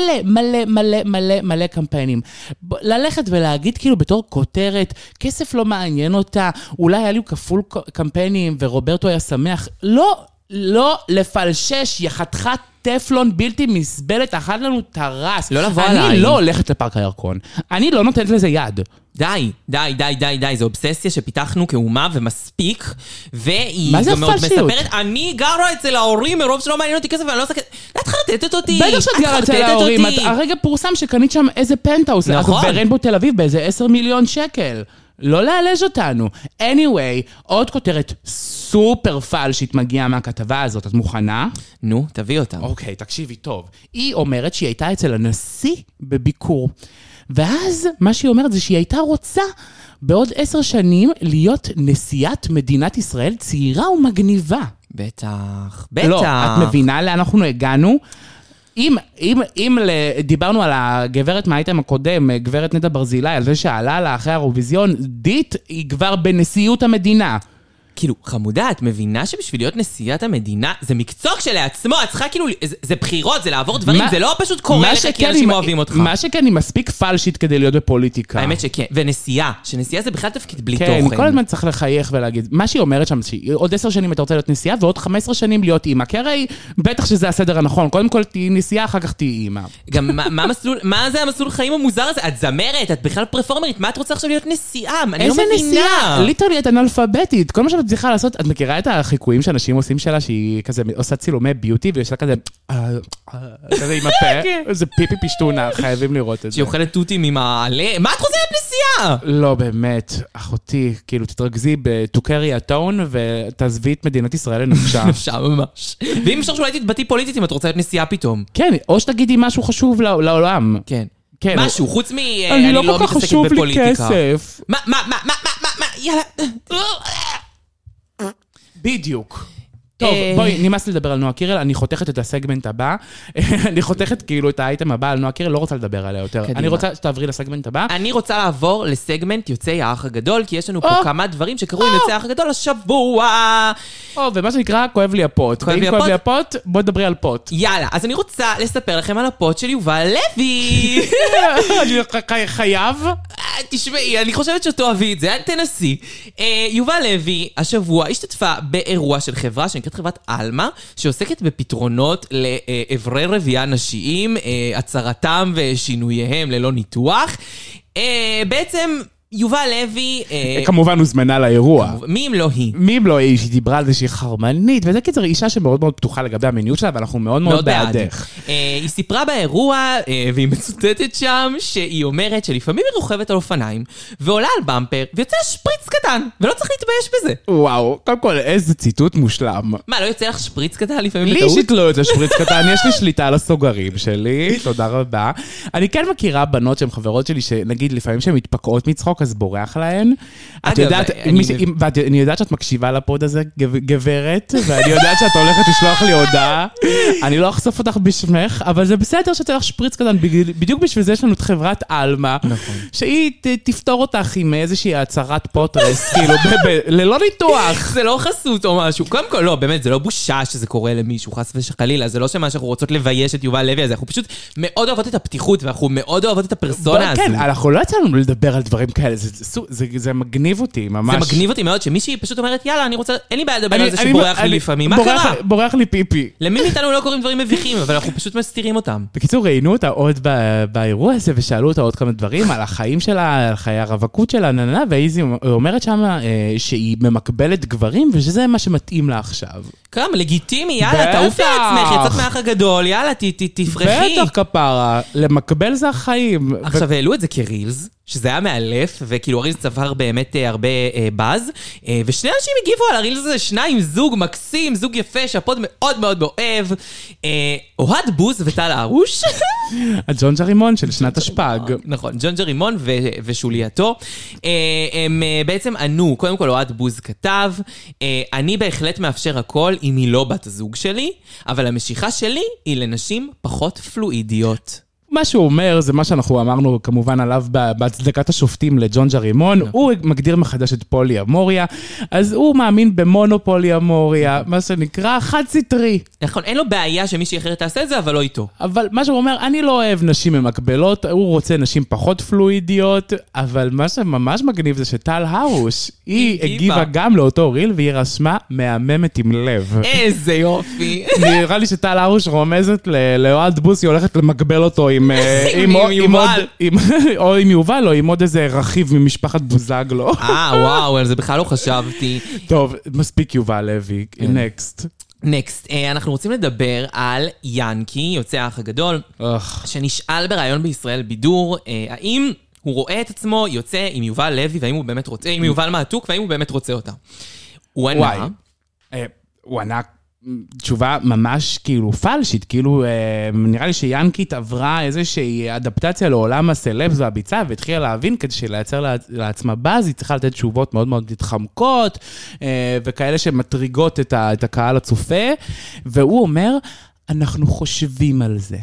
מלא קמפיינים. ללכת ולהגיד כאילו בתור כותרת, כסף לא מעניין אותה, אולי היה לי כפול קמפיינים ורוברטו היה שמח. לא לפלשש, יחתכת טפלון בלתי מסבלת, אכל לנו תרס. לא לבוא עליי. אני לא הולכת לפארק הירקון. אני לא נותנת לזה יד. די. זו אובססיה שפיתחנו כאומה ומספיק, והיא מה זה גם מאוד הפלשיות? מספרת, אני גרה אצל ההורים מרוב שלא מעניין אותי כסף, ואני לא עושה כסף. את חרטטת אותי. בטח שאת גרה אצל ההורים. הרגע פורסם שקנית שם איזה פנטהאוס. נכון. בריינבו תל אביב באיזה 10 מיליון שקל. לא להלז אותנו. anyway, עוד כותרת סופר פלשית מגיעה מהכתבה הזאת. את מוכנה? נו, תביא אותה. אוקיי, תקשיבי טוב. היא אומרת שהיא הייתה אצל הנשיא בביקור. ואז מה שהיא אומרת זה שהיא הייתה רוצה בעוד 10 שנים להיות נשיאת מדינת ישראל צעירה ומגניבה. בטח. לא, את מבינה לאן אנחנו הגענו? אם דיברנו על הגברת מהאייטם הקודם, גברת נטע ברזילי, על זה שעלה לה אחרי האירוויזיון, דית היא כבר בנשיאות המדינה. כאילו, חמודה, את מבינה שבשביל להיות נשיאת המדינה, זה מקצוע כשלעצמו, את צריכה כאילו, זה בחירות, זה לעבור דברים, זה לא פשוט קורה לך כי אנשים אוהבים אותך. מה שכן היא מספיק פלשית כדי להיות בפוליטיקה. האמת שכן, ונשיאה, שנשיאה זה בכלל תפקיד בלי תוכן. כן, כל הזמן צריך לחייך ולהגיד, מה שהיא אומרת שם, עוד 10 שנים אתה רוצה להיות נשיאה, ועוד 15 שנים להיות אימא, כי הרי בטח שזה הסדר הנכון, קודם כל תהיי נשיאה, אחר כך תהיי אימא. גם מה זה המסלול חיים המוזר הזה? את זמרת, את בכלל פרפורמרית, מה את רוצה עכשיו להיות נשיאה? אני לא מבינה. ליטרלי, את אנאלפביתית. כל מה שאת צריכה לעשות, את מכירה את החיקויים שאנשים עושים שלה, שהיא כזה עושה צילומי ביוטי, ויש לה כזה, כזה עם הפה, זה פיפי פשטונה, חייבים לראות את זה. שהיא אוכלת טוטים עם העלה, מה את רוצה להיות נשיאה? לא, באמת, אחותי, כאילו תתרכזי בטוקרי הטון, ותעזבי את מדינת ישראל לנפשה. אפשר ממש. ואם אפשר שאולי תתבטאי פוליטית, אם את רוצה להיות נשיאה פתאום. כן, או שתגידי משהו חשוב לעולם. כן. משהו, חוץ אני לא כל כך חשוב לי כסף. מה, יאללה. בדיוק. טוב, בואי, נמאס לדבר על נועה קירל, אני חותכת את הסגמנט הבא, אני חותכת כאילו את האייטם הבא על נועה קירל, לא רוצה לדבר עליה יותר. אני רוצה שתעברי לסגמנט הבא. אני רוצה לעבור לסגמנט יוצאי האח הגדול, כי יש לנו פה כמה דברים שקרו עם יוצאי האח הגדול השבוע. ומה שנקרא, כואב לי הפוט. ואם כואב לי הפוט, בוא דברי על פוט. יאללה, אז אני רוצה לספר לכם על הפוט של יובל לוי. אני חייב? תשמעי, אני חושבת שתאהבי את זה, תנסי. יובל לוי השבוע השתתפה באירוע של חברה שנקראת חברת אלמה, שעוסקת בפתרונות לעברי רבייה נשיים, הצרתם ושינוייהם ללא ניתוח. בעצם יובל לוי... כמובן הוזמנה לאירוע. מי אם לא היא? מי אם לא היא, שהיא דיברה על זה שהיא חרמנית, וזה קיצר אישה שמאוד מאוד פתוחה לגבי המיניות שלה, ואנחנו מאוד מאוד בעדך. היא סיפרה באירוע, והיא מצוטטת שם, שהיא אומרת שלפעמים היא רוכבת על אופניים, ועולה על במפר, ויוצא שפריץ קטן, ולא צריך להתבייש בזה. וואו, קודם כל, איזה ציטוט מושלם. מה, לא יוצא לך שפריץ קטן לפעמים לי בטעות? אישית לא יוצא שפריץ קטן, יש לי שליטה על הסוגרים שלי, תודה רבה. אני כן מכירה בנות שהן חברות שלי, שנגיד לפעמים שהן מתפקעות מצחוק, אז בורח להן. אני יודעת שאת מקשיבה לפוד הזה, גברת, ואני יודעת שאת הולכת לשלוח לי הודעה. אני לא אחשוף אותך בשמך, אבל זה בסדר שתהיה לך שפריץ קטן, בדיוק בשביל זה יש לנו את חברת אלמה, שהיא תפתור אותך עם איזושהי הצהרת פוטרס, כאילו, ללא ניתוח. זה לא חסות או משהו. קודם כל, לא, באמת, זה לא בושה שזה קורה למישהו, חס וחלילה, זה לא שמה שאנחנו רוצות לבייש את יובל לוי הזה, אנחנו פשוט מאוד אוהבות את הפתיחות, ואנחנו מאוד אוהבות את הפרסונה הזו. כן, אנחנו לא יצאנו לדבר על דברים כאלה, זה מגניב אותי, ממש. זה מגניב אותי מאוד, שמישהי פשוט אומרת, יאללה, אני רוצה, אין לי בעיה לדבר על זה שבורח לי לפעמים. מה קרה? בורח לי פיפי. למי מאיתנו לא קוראים דברים מביכים, אבל אנחנו פשוט מסתירים אותם. בקיצור, ראינו אותה עוד באירוע הזה, ושאלו אותה עוד כמה דברים על החיים שלה, על חיי הרווקות שלה, והיא אומרת שם שהיא ממקבלת גברים, ושזה מה שמתאים לה עכשיו. כמה, לגיטימי, יאללה, תעופי לעצמך, יצאת מהאח הגדול, יאללה, תפרחי. בטח כפרה, למקבל זה החיים. עכשיו, העלו את זה כרילס, שזה היה מאלף, וכאילו הרילס צבר באמת הרבה באז, ושני אנשים הגיבו על הרילס הזה, שניים, זוג מקסים, זוג יפה, שהפוד מאוד מאוד אוהב, אוהד בוז וטל ארוש. הג'ון ג'רימון של שנת השפג. נכון, ג'ון ג'רימון ושולייתו. הם בעצם ענו, קודם כל אוהד בוז כתב, אני בהחלט מאפשר הכל אם היא לא בת הזוג שלי, אבל המשיכה שלי היא לנשים פחות פלואידיות. מה שהוא אומר, זה מה שאנחנו אמרנו כמובן עליו בהצדקת השופטים לג'ון ג'רימון, הוא מגדיר מחדש את פולי-אמוריה, אז הוא מאמין במונופולי-אמוריה, מה שנקרא חד סטרי. נכון, אין לו בעיה שמישהי אחרת תעשה את זה, אבל לא איתו. אבל מה שהוא אומר, אני לא אוהב נשים ממקבלות, הוא רוצה נשים פחות פלואידיות, אבל מה שממש מגניב זה שטל הרוש, היא הגיבה גם לאותו ריל, והיא רשמה מהממת עם לב. איזה יופי. נראה לי שטל הרוש רומזת לאוהד בוס, היא הולכת למקבל אותו עם יובל. או עם יובל, או עם עוד איזה רכיב ממשפחת בוזגלו. וואו, על זה בכלל לא חשבתי. טוב, מספיק יובל לוי, נקסט. נקסט, אנחנו רוצים לדבר על ינקי, יוצא האח הגדול, שנשאל ברעיון בישראל בידור, האם הוא רואה את עצמו יוצא עם יובל לוי, והאם הוא באמת רוצה, עם יובל מעתוק, והאם הוא באמת רוצה אותה. הוא ענה. הוא ענה תשובה ממש כאילו פלשית, כאילו נראה לי שיאנקית עברה איזושהי אדפטציה לעולם הסלבס והביצה, והתחילה להבין כדי שלייצר לעצמה באז, היא צריכה לתת תשובות מאוד מאוד התחמקות, וכאלה שמטריגות את הקהל הצופה, והוא אומר, אנחנו חושבים על זה.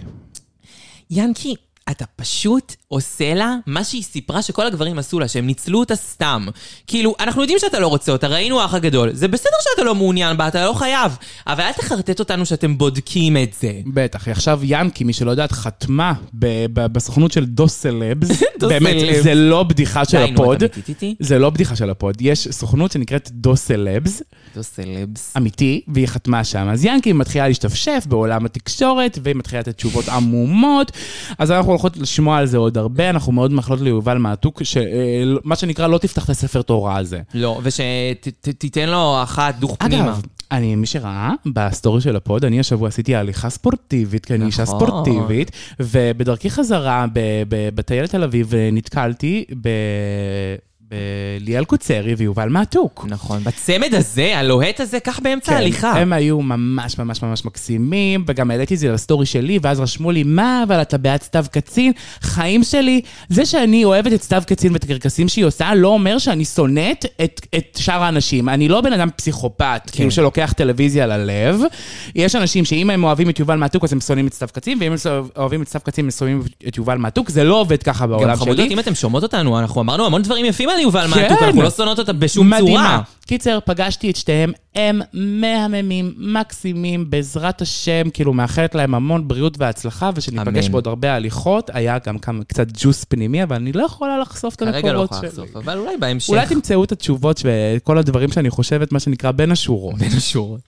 ינקי, אתה פשוט עושה לה מה שהיא סיפרה שכל הגברים עשו לה, שהם ניצלו אותה סתם. כאילו, אנחנו יודעים שאתה לא רוצה אותה, ראינו האח הגדול. זה בסדר שאתה לא מעוניין בה, אתה לא חייב. אבל אל תחרטט אותנו שאתם בודקים את זה. בטח, עכשיו ינקי, מי שלא יודעת, חתמה בסוכנות של דו סלבס. באמת, זה לא בדיחה של הפוד. זה לא בדיחה של הפוד. יש סוכנות שנקראת דו סלבס. דו סלבס. אמיתי, והיא חתמה שם. אז ינקי מתחילה להשתפשף בעולם התקשורת, והיא מתחילה לתת תשובות עמומות. אז אנחנו הולכות לשמוע על זה עוד הרבה, אנחנו מאוד מאחלות ליובל מעתוק, מה שנקרא לא תפתח את הספר תורה הזה. לא, ושתיתן לו אחת דוך פנימה. אגב, מי שראה בסטורי של הפוד, אני השבוע עשיתי הליכה ספורטיבית, כי אני אישה ספורטיבית, ובדרכי חזרה בטיילת תל אביב נתקלתי ליאל קוצרי ויובל מעתוק. נכון, בצמד הזה, הלוהט הזה, כך באמצע ההליכה. הם היו ממש ממש ממש מקסימים, וגם העליתי את זה לסטורי שלי, ואז רשמו לי, מה, אבל אתה בעד סתיו קצין? חיים שלי, זה שאני אוהבת את סתיו קצין ואת הקרקסים שהיא עושה, לא אומר שאני שונאת את שאר האנשים. אני לא בן אדם פסיכופת, כאילו שלוקח טלוויזיה ללב. יש אנשים שאם הם אוהבים את יובל מעתוק, אז הם שונאים את סתיו קצין, ואם הם אוהבים את סתיו קצין, הם שונאים את יובל מעתוק. זה לא עובד ככה בעולם שלי. גם חמודות, אם אתם שומעות אותנו, אנחנו אמרנו המון דברים יפים ליובל מעתוק, אנחנו לא שונאות אותה בשום צורה. מדהימה. קיצר, פגשתי את שתיהם, הם מהממים, מקסימים, בעזרת השם, כאילו מאחלת להם המון בריאות והצלחה, ושניפגש בעוד הרבה הליכות, היה גם קצת ג'וס פנימי, אבל אני לא יכולה לחשוף את המקורות שלי. כרגע לא יכולה לחשוף, אבל אולי בהמשך. אולי תמצאו את התשובות וכל הדברים שאני חושבת, מה שנקרא בין השורות. בין השורות.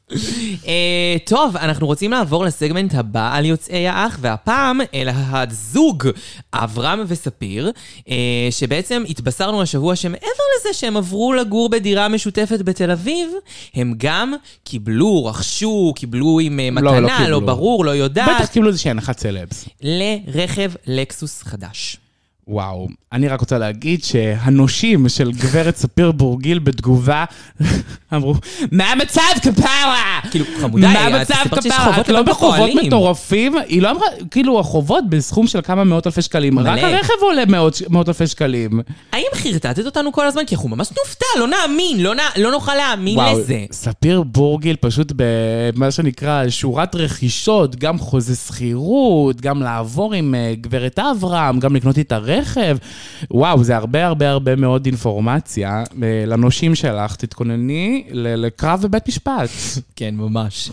טוב, אנחנו רוצים לעבור לסגמנט הבא על יוצאי האח, והפעם אל הזוג, אברהם וספיר, שבעצם התבשרנו השבוע שמעבר לזה שהם עברו לגור בדירה משותפת בתל אביב, הם גם קיבלו, רכשו, קיבלו עם מתנה, לא ברור, לא יודעת. בטח קיבלו איזושהי הנחת סלבס. לרכב לקסוס חדש. וואו, אני רק רוצה להגיד שהנושים של גברת ספיר בורגיל בתגובה אמרו, מה המצב כפרה? כאילו, חמודה, מה המצב כפרה? את לא בחובות מטורפים? היא לא אמרה, כאילו, החובות בסכום של כמה מאות אלפי שקלים. רק הרכב עולה מאות אלפי שקלים. האם חרטטת אותנו כל הזמן? כי אנחנו ממש נופתע, לא נאמין, לא נוכל להאמין לזה. וואו, ספיר בורגיל פשוט במה שנקרא שורת רכישות, גם חוזה שכירות, גם לעבור עם גברת אברהם, גם לקנות את הרכב. וואו, זה הרבה מאוד אינפורמציה. לנושים שלך, תתכונני לקרב בבית משפט. כן, ממש.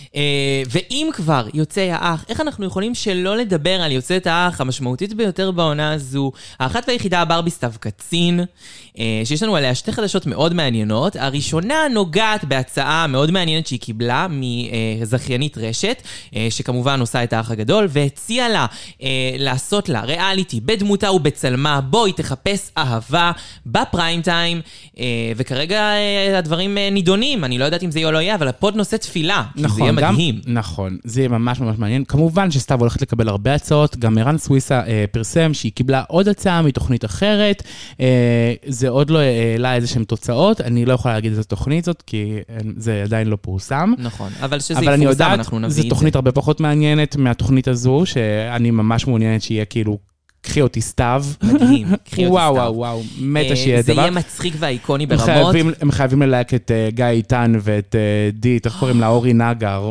ואם כבר יוצאי האח, איך אנחנו יכולים שלא לדבר על יוצאת האח המשמעותית ביותר בעונה הזו? האחת והיחידה ברבי סתיו קצין, שיש לנו עליה שתי חדשות מאוד מעניינות. הראשונה נוגעת בהצעה מאוד מעניינת שהיא קיבלה מזכיינית רשת, שכמובן עושה את האח הגדול, והציעה לה לעשות לה ריאליטי בדמותה ובצלמה, בואי תחפש אהבה בפריים טיים, וכרגע הדברים נידונים, אני לא יודעת אם זה יהיה או לא יהיה, אבל הפוד נושא תפילה, כי זה יהיה מדהים. נכון, זה יהיה ממש מעניין. כמובן שסתיו הולכת לקבל הרבה הצעות, גם ערן סוויסה פרסם שהיא קיבלה עוד הצעה מתוכנית אחרת, זה עוד לא העלה איזשהם תוצאות, אני לא יכולה להגיד איזו תוכנית זאת, כי זה עדיין לא פורסם. נכון, אבל שזה יפורסם, אנחנו נביא את זה. זו תוכנית הרבה פחות מעניינת מהתוכנית הזו, שאני ממש מעוניינת שיהיה כאילו, קחי אותי סתיו. מדהים, קחי אותי סתיו. וואו, מתה שיהיה דבר. זה יהיה מצחיק והאיקוני ברמות. הם חייבים ללהק את גיא איתן ואת דית, איך קוראים לה, אורי נגר.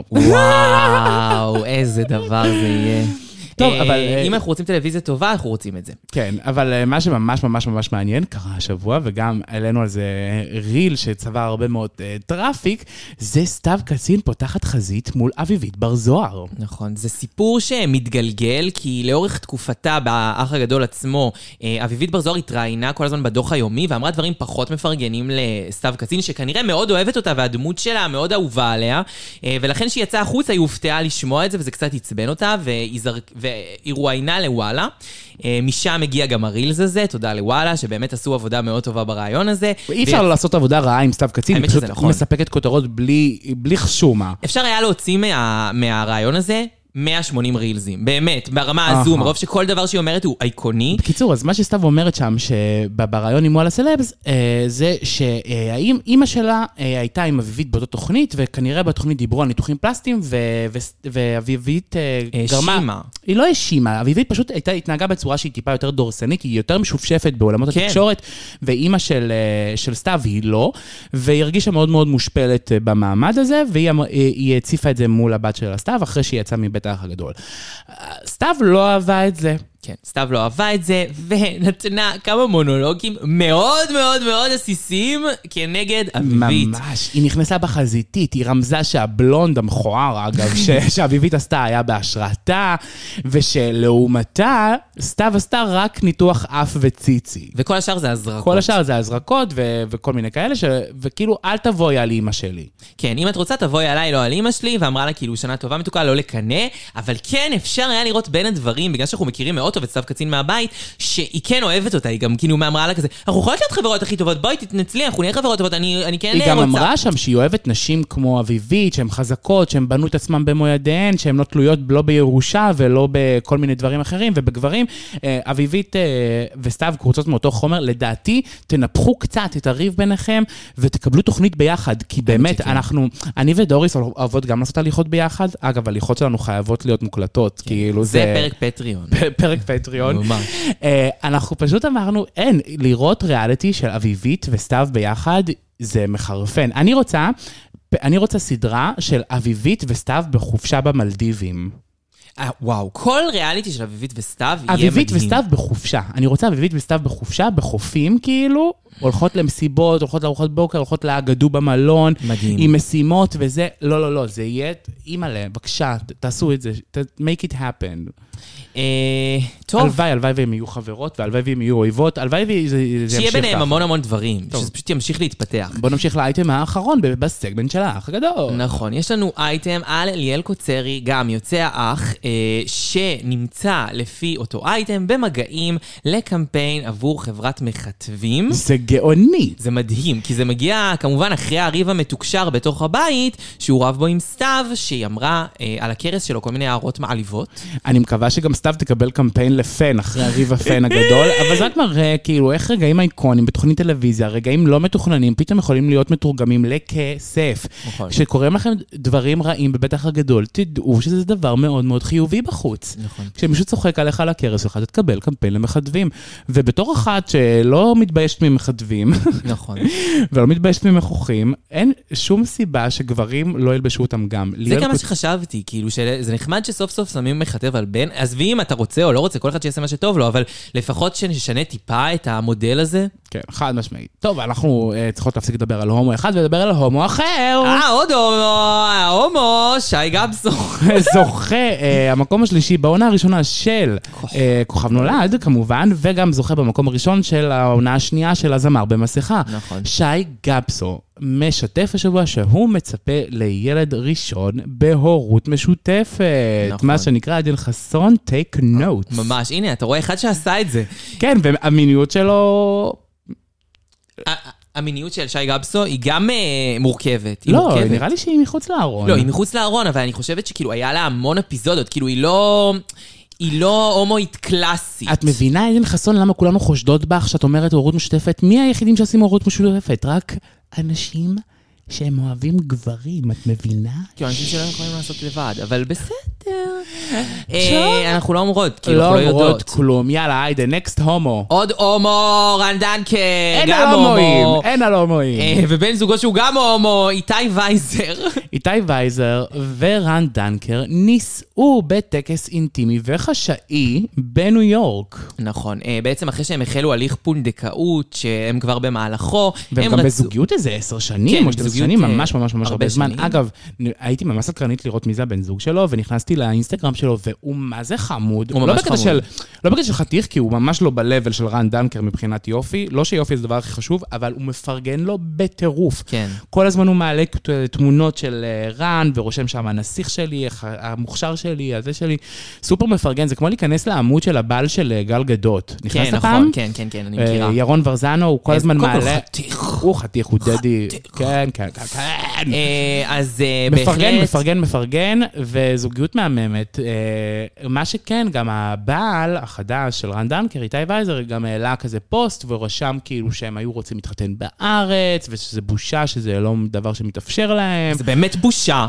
וואו, איזה דבר זה יהיה. טוב, אבל אם אנחנו רוצים טלוויזיה טובה, אנחנו רוצים את זה. כן, אבל מה שממש מעניין קרה השבוע, וגם עלינו על זה ריל שצבר הרבה מאוד טראפיק, זה סתיו קצין פותחת חזית מול אביבית בר זוהר. נכון, זה סיפור שמתגלגל, כי לאורך תקופתה באח הגדול עצמו, אביבית בר זוהר התראיינה כל הזמן בדוח היומי, ואמרה דברים פחות מפרגנים לסתיו קצין, שכנראה מאוד אוהבת אותה, והדמות שלה מאוד אהובה עליה, ולכן שהיא יצאה החוצה, היא הופתעה לשמוע את זה, וזה קצת עצבן אותה, והיא רואיינה לוואלה. משם הגיע גם הרילס הזה, תודה לוואלה, שבאמת עשו עבודה מאוד טובה ברעיון הזה. אי אפשר לעשות עבודה רעה עם סתיו קצין, היא פשוט מספקת כותרות בלי חשומה. אפשר היה להוציא מהרעיון הזה 180 רילזים, באמת, ברמה הזו, מרוב שכל דבר שהיא אומרת הוא אייקוני. בקיצור, אז מה שסתיו אומרת שם, שברעיון עם וואלה סלבס, זה שהאימא שלה הייתה עם אביבית באותה תוכנית, וכנראה בתוכנית דיברו על ניתוחים פלסטיים, ואביבית גרמה... האשימה. היא לא האשימה, אביבית פשוט התנהגה בצורה שהיא טיפה יותר דורסנית, היא יותר משופשפת בעולמות התקשורת, ואימא של סתיו היא לא, והיא הרגישה מאוד מאוד מושפלת במעמד הזה, והיא הציפה את זה מול הבת של סתיו, אחרי שהיא יצאה מבית האח הגדול. סתיו לא אהבה את זה. כן, סתיו לא אהבה את זה, ונתנה כמה מונולוגים מאוד מאוד מאוד עסיסיים כנגד אביבית. ממש, היא נכנסה בחזיתית, היא רמזה שהבלונד המכוער, אגב, שאביבית עשתה היה בהשראתה, ושלעומתה, סתיו עשתה רק ניתוח אף וציצי. וכל השאר זה הזרקות. כל השאר זה הזרקות וכל מיני כאלה, וכאילו, אל תבואי על אמא שלי. כן, אם את רוצה, תבואי עליי, לא על אמא שלי, ואמרה לה, כאילו, שנה טובה מתוקה, לא לקנה, אבל כן, אפשר היה לראות בין הדברים, בגלל שאנחנו מכירים מאוד טוב את סתיו קצין מהבית, שהיא כן אוהבת אותה, היא גם כאילו מאמרה לה כזה, אנחנו יכולות להיות חברות הכי טובות, בואי תתנצלי, אנחנו נהיה חברות טובות, אני כן רוצה. היא גם אמרה שם שהיא אוהבת נשים כמו אביבית, שהן חזקות, שהן בנו את עצמם במו ידיהן, שהן לא תלויות לא בירושה ולא בכל מיני דברים אחרים, ובגברים, אביבית וסתיו קבוצות מאותו חומר, לדעתי, תנפחו קצת את הריב ביניכם, ותקבלו תוכנית ביחד, כי באמת אני ודוריס אוהבות גם לעשות הליכות ביחד, אגב, הליכות שלנו חייבות להיות מוקלטות, כאילו זה פרק פטריון. פרק פטריון. אנחנו פשוט אמרנו, אין, לראות ריאליטי של אביבית וסתיו ביחד, זה מחרפן. אני רוצה סדרה של אביבית וסתיו בחופשה במלדיבים. וואו, כל ריאליטי של אביבית וסתיו יהיה מדהים. אביבית וסתיו בחופשה. אני רוצה אביבית וסתיו בחופשה, בחופים כאילו, הולכות למסיבות, הולכות לארוחות בוקר, הולכות להגדו במלון, מדהים. עם משימות וזה, לא, זה יהיה, אימא'לה, בבקשה, תעשו את זה, make it happen. טוב. הלוואי והם יהיו חברות, והלוואי והם יהיו אויבות, הלוואי וזה ימשיך שיהיה ביניהם ככה. המון דברים, שזה פשוט ימשיך להתפתח. בוא נמשיך לאייטם האחרון בסגמנט של האח הגדול. נכון, יש לנו אייטם על ליאל קוצרי, גם יוצא האח, שנמצא לפי אותו אייטם במגעים לקמפיין עבור חברת מכתבים. זה גאוני. זה מדהים, כי זה מגיע כמובן אחרי הריב המתוקשר בתוך הבית, שהוא רב בו עם סתיו, שהיא אמרה על הכרס שלו כל מיני הערות מעליבות. אני מקווה שגם סתיו תקבל קמפיין לפן אחרי הריב הפן הגדול, אבל זה רק מראה כאילו איך רגעים אייקונים בתוכנית טלוויזיה, רגעים לא מתוכננים, פתאום יכולים להיות מתורגמים לכסף. נכון. כשקוראים לכם דברים רעים בבטח הגדול, תדעו שזה דבר מאוד מאוד חיובי בחוץ. נכון. כשמישהו צוחק עליך על הכרס שלך, תקבל קמפיין למכתבים. ובתור אחת שלא מתביישת ממכתבים, נכון. ולא מתביישת ממכוחים, אין שום סיבה שגברים לא ילבשו אותם גם. זה כמה שחשבתי, כאילו שזה נחמד שסוף סוף שמים מכתב על בן, עזבי אם אתה רוצה או לא רוצה, כל אחד שיעשה מה שטוב לו, אבל לפחות שנשנה טיפה את המודל הזה. כן, חד משמעית. טוב, אנחנו צריכות להפסיק לדבר על הומו אחד ולדבר על הומו אחר. עוד הומו, שי גבסו. זוכה, המקום השלישי בעונה הראשונה של כוכב נולד, כמובן, וגם זוכה במקום הראשון של העונה השנייה של הזמר במסכה. נכון. שי גבסו משתף השבוע שהוא מצפה לילד ראשון בהורות משותפת. נכון. מה שנקרא עדן חסון, take notes. ממש, הנה, אתה רואה אחד שעשה את זה. כן, והמיניות שלו... המיניות של שי גבסו היא גם מורכבת. היא לא, מורכבת. נראה לי שהיא מחוץ לארון. לא, היא מחוץ לארון, אבל אני חושבת שכאילו היה לה המון אפיזודות, כאילו היא לא הומואית קלאסית. את מבינה, עדן חסון, למה כולנו חושדות בך שאת אומרת הורות משותפת? מי היחידים שעושים הורות משותפת? רק אנשים שהם אוהבים גברים, את מבינה? כאילו, אנשים שלא יכולים לעשות לבד, אבל בסדר. אנחנו לא אומרות, כאילו, לא אנחנו לא אומרות יודעות. כלום. יאללה, היידה, נקסט הומו. עוד הומו, רן דנקר, אין גם על הומואים, הומו. אין על הומואים. ובן זוגו שהוא גם הומו, איתי וייזר. איתי וייזר ורן דנקר נישאו בטקס אינטימי וחשאי בניו יורק. נכון, בעצם אחרי שהם החלו הליך פונדקאות, שהם כבר במהלכו, והם גם בזוגיות איזה 10 שנים, כן, או 12 בזוגיות, שנים, ממש ממש ממש הרבה הרבה זמן. שנים. אגב, הייתי ממש סקרנית לראות מי זה הבן זוג שלו, ונכנסתי לאינסטגרם שלו, והוא מה זה חמוד. הוא ממש חמוד. לא בקטע של חתיך, כי הוא ממש לא בלבל של רן דנקר מבחינת יופי, לא שיופי זה הדבר הכי חשוב, אבל הוא מפרגן לו בטירוף. כן. כל הזמן הוא מעלה תמונות של רן, ורושם שם הנסיך שלי, המוכשר שלי, הזה שלי. סופר מפרגן, זה כמו להיכנס לעמוד של הבעל של גל גדות. נכנסת כן, פעם? נכון, כן, אני מכירה. ירון ורזנו, הוא כל הזמן מעלה... חתיך. הוא חתיך, הוא דדי. כן. אז בהחלט... מפרגן, וזוגיות מהממת. מה שכן, גם הבעל החדש של רן דנקר, איתי וייזר, גם העלה כזה פוסט, ורשם כאילו שהם היו רוצים להתחתן בארץ, ושזה בושה, שזה לא דבר שמתאפשר להם. זה באמת בושה.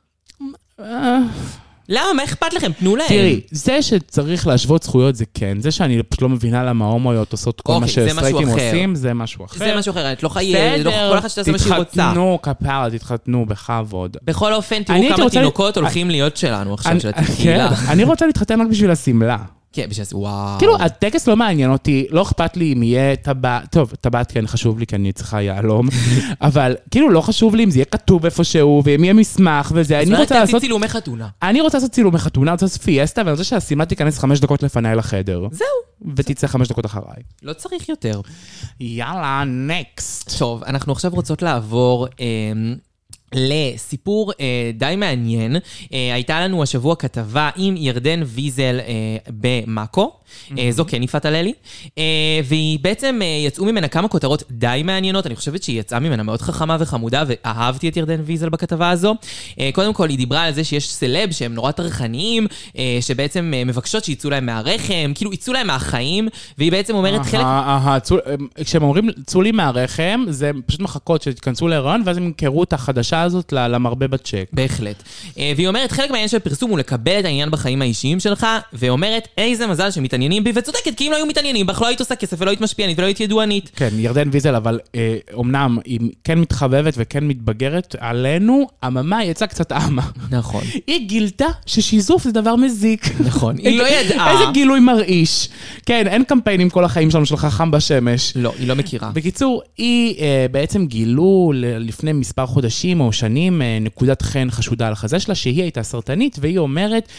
למה? מה אכפת לכם? תנו להם. תראי, זה שצריך להשוות זכויות זה כן, זה שאני פשוט לא מבינה למה הומואיות עושות כל מה שסטרייטים עושים, זה משהו אחר. זה משהו אחר, את לא חייבת, כל אחד שתעשה מה שהיא רוצה. תתחתנו, כפרה, תתחתנו בכבוד. בכל אופן, תראו כמה תינוקות הולכים להיות שלנו עכשיו, של התחילה. אני רוצה להתחתן רק בשביל הסמלה. כן, בשביל וואו. כאילו, הטקס לא מעניין אותי, לא אכפת לי אם יהיה טבעת, טוב, טבעת כן חשוב לי, כי אני צריכה יעלום, אבל כאילו לא חשוב לי אם זה יהיה כתוב איפשהו, ואם יהיה מסמך וזה, אני רוצה לעשות... צילומי חתונה. אני רוצה לעשות צילומי חתונה, אני רוצה לעשות פיאסטה, ואני רוצה שהסימה תיכנס 5 דקות לפניי לחדר. זהו. ותצא 5 דקות אחריי. לא צריך יותר. יאללה, נקסט. טוב, אנחנו עכשיו רוצות לעבור... לסיפור די מעניין. הייתה לנו השבוע כתבה עם ירדן ויזל במאקו, זו כן יפעת הללי, והיא בעצם יצאו ממנה כמה כותרות די מעניינות, אני חושבת שהיא יצאה ממנה מאוד חכמה וחמודה, ואהבתי את ירדן ויזל בכתבה הזו. קודם כל היא דיברה על זה שיש סלב שהם נורא טרחניים, שבעצם מבקשות שיצאו להם מהרחם, כאילו יצאו להם מהחיים, והיא בעצם אומרת חלק... כשהם אומרים צאו לי מהרחם, זה פשוט מחכות שתכנסו להיריון, ואז הם ימכרו את החדשה הזאת למרבה בצ'ק. בהחלט. והיא אומרת, חלק מהעניין של פרסום הוא לקבל את העניין בחיים האישיים שלך, ואומרת, איזה מזל שמתעניינים מתעניינים בי, וצודקת, כי אם לא היו מתעניינים בך, לא היית עושה כסף, ולא היית משפיענית, ולא היית ידוענית. כן, ירדן ויזל, אבל אומנם היא כן מתחבבת וכן מתבגרת עלינו, הממה יצאה קצת אמה. נכון. היא גילתה ששיזוף זה דבר מזיק. נכון. היא לא ידעה. איזה גילוי מרעיש. כן, אין קמפיינים כל החיים שלנו של חכם בשמש. לא, היא לא מכירה. בקיצור, היא בעצם גילו לפני מספר חודשים או שנים נקודת חן חשודה על החזה שלה, שהיא הייתה סרטנית, והיא אומרת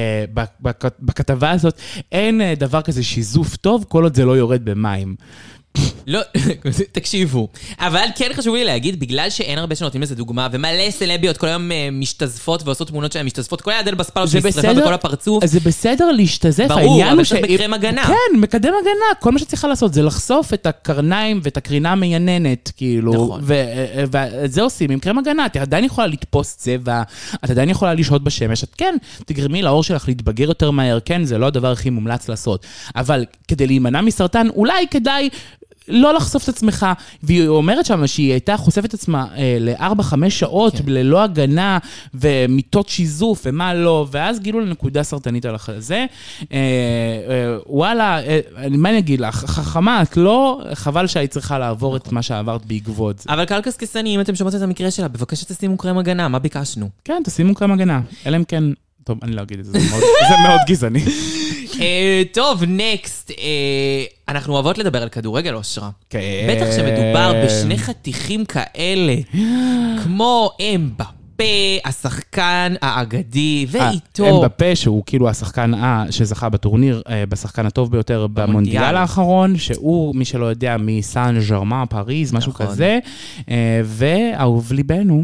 בכתבה הזאת, אין דבר כזה שיזוף טוב, כל עוד זה לא יורד במים. לא, תקשיבו. אבל כן חשוב לי להגיד, בגלל שאין הרבה שנותנים לזה דוגמה, ומלא סלביות כל היום משתזפות ועושות תמונות שהן משתזפות, כל הידל בספלות שנשרפה בכל הפרצוף. זה בסדר להשתזף. ברור, אבל צריך בקרם הגנה. כן, מקדם הגנה. כל מה שצריכה לעשות זה לחשוף את הקרניים ואת הקרינה המייננת, כאילו. נכון. וזה עושים עם קרם הגנה. את עדיין יכולה לתפוס צבע, את עדיין יכולה לשהות בשמש. את כן, תגרמי לאור שלך להתבגר יותר מהר, כן, זה לא הדבר הכי מומלץ לעשות. אבל כדי להימנע מסרטן, אולי כדאי לא לחשוף את עצמך, והיא אומרת שם שהיא הייתה חושפת את עצמה ל4-5 שעות, כן. ללא הגנה, ומיטות שיזוף, ומה לא, ואז גילו לנקודה סרטנית על החזה. וואלה, מה אני אגיד לך? חכמה, את לא, חבל שהיית צריכה לעבור את מה שעברת בעקבות זה. אבל קל קסקסני, אם אתם שמעות את המקרה שלה, בבקשה תשימו קרם הגנה, מה ביקשנו? כן, תשימו קרם הגנה. אלא אם כן, טוב, אני לא אגיד את זה, זה מאוד גזעני. טוב, נקסט. אנחנו אוהבות לדבר על כדורגל, אושרה. בטח שמדובר בשני חתיכים כאלה, כמו אמבפה, השחקן האגדי, ואיתו... אמבפה, שהוא כאילו השחקן שזכה בטורניר, בשחקן הטוב ביותר במונדיאל האחרון, שהוא, מי שלא יודע, מסן ז'רמן, פריז, משהו כזה, ואהוב ליבנו.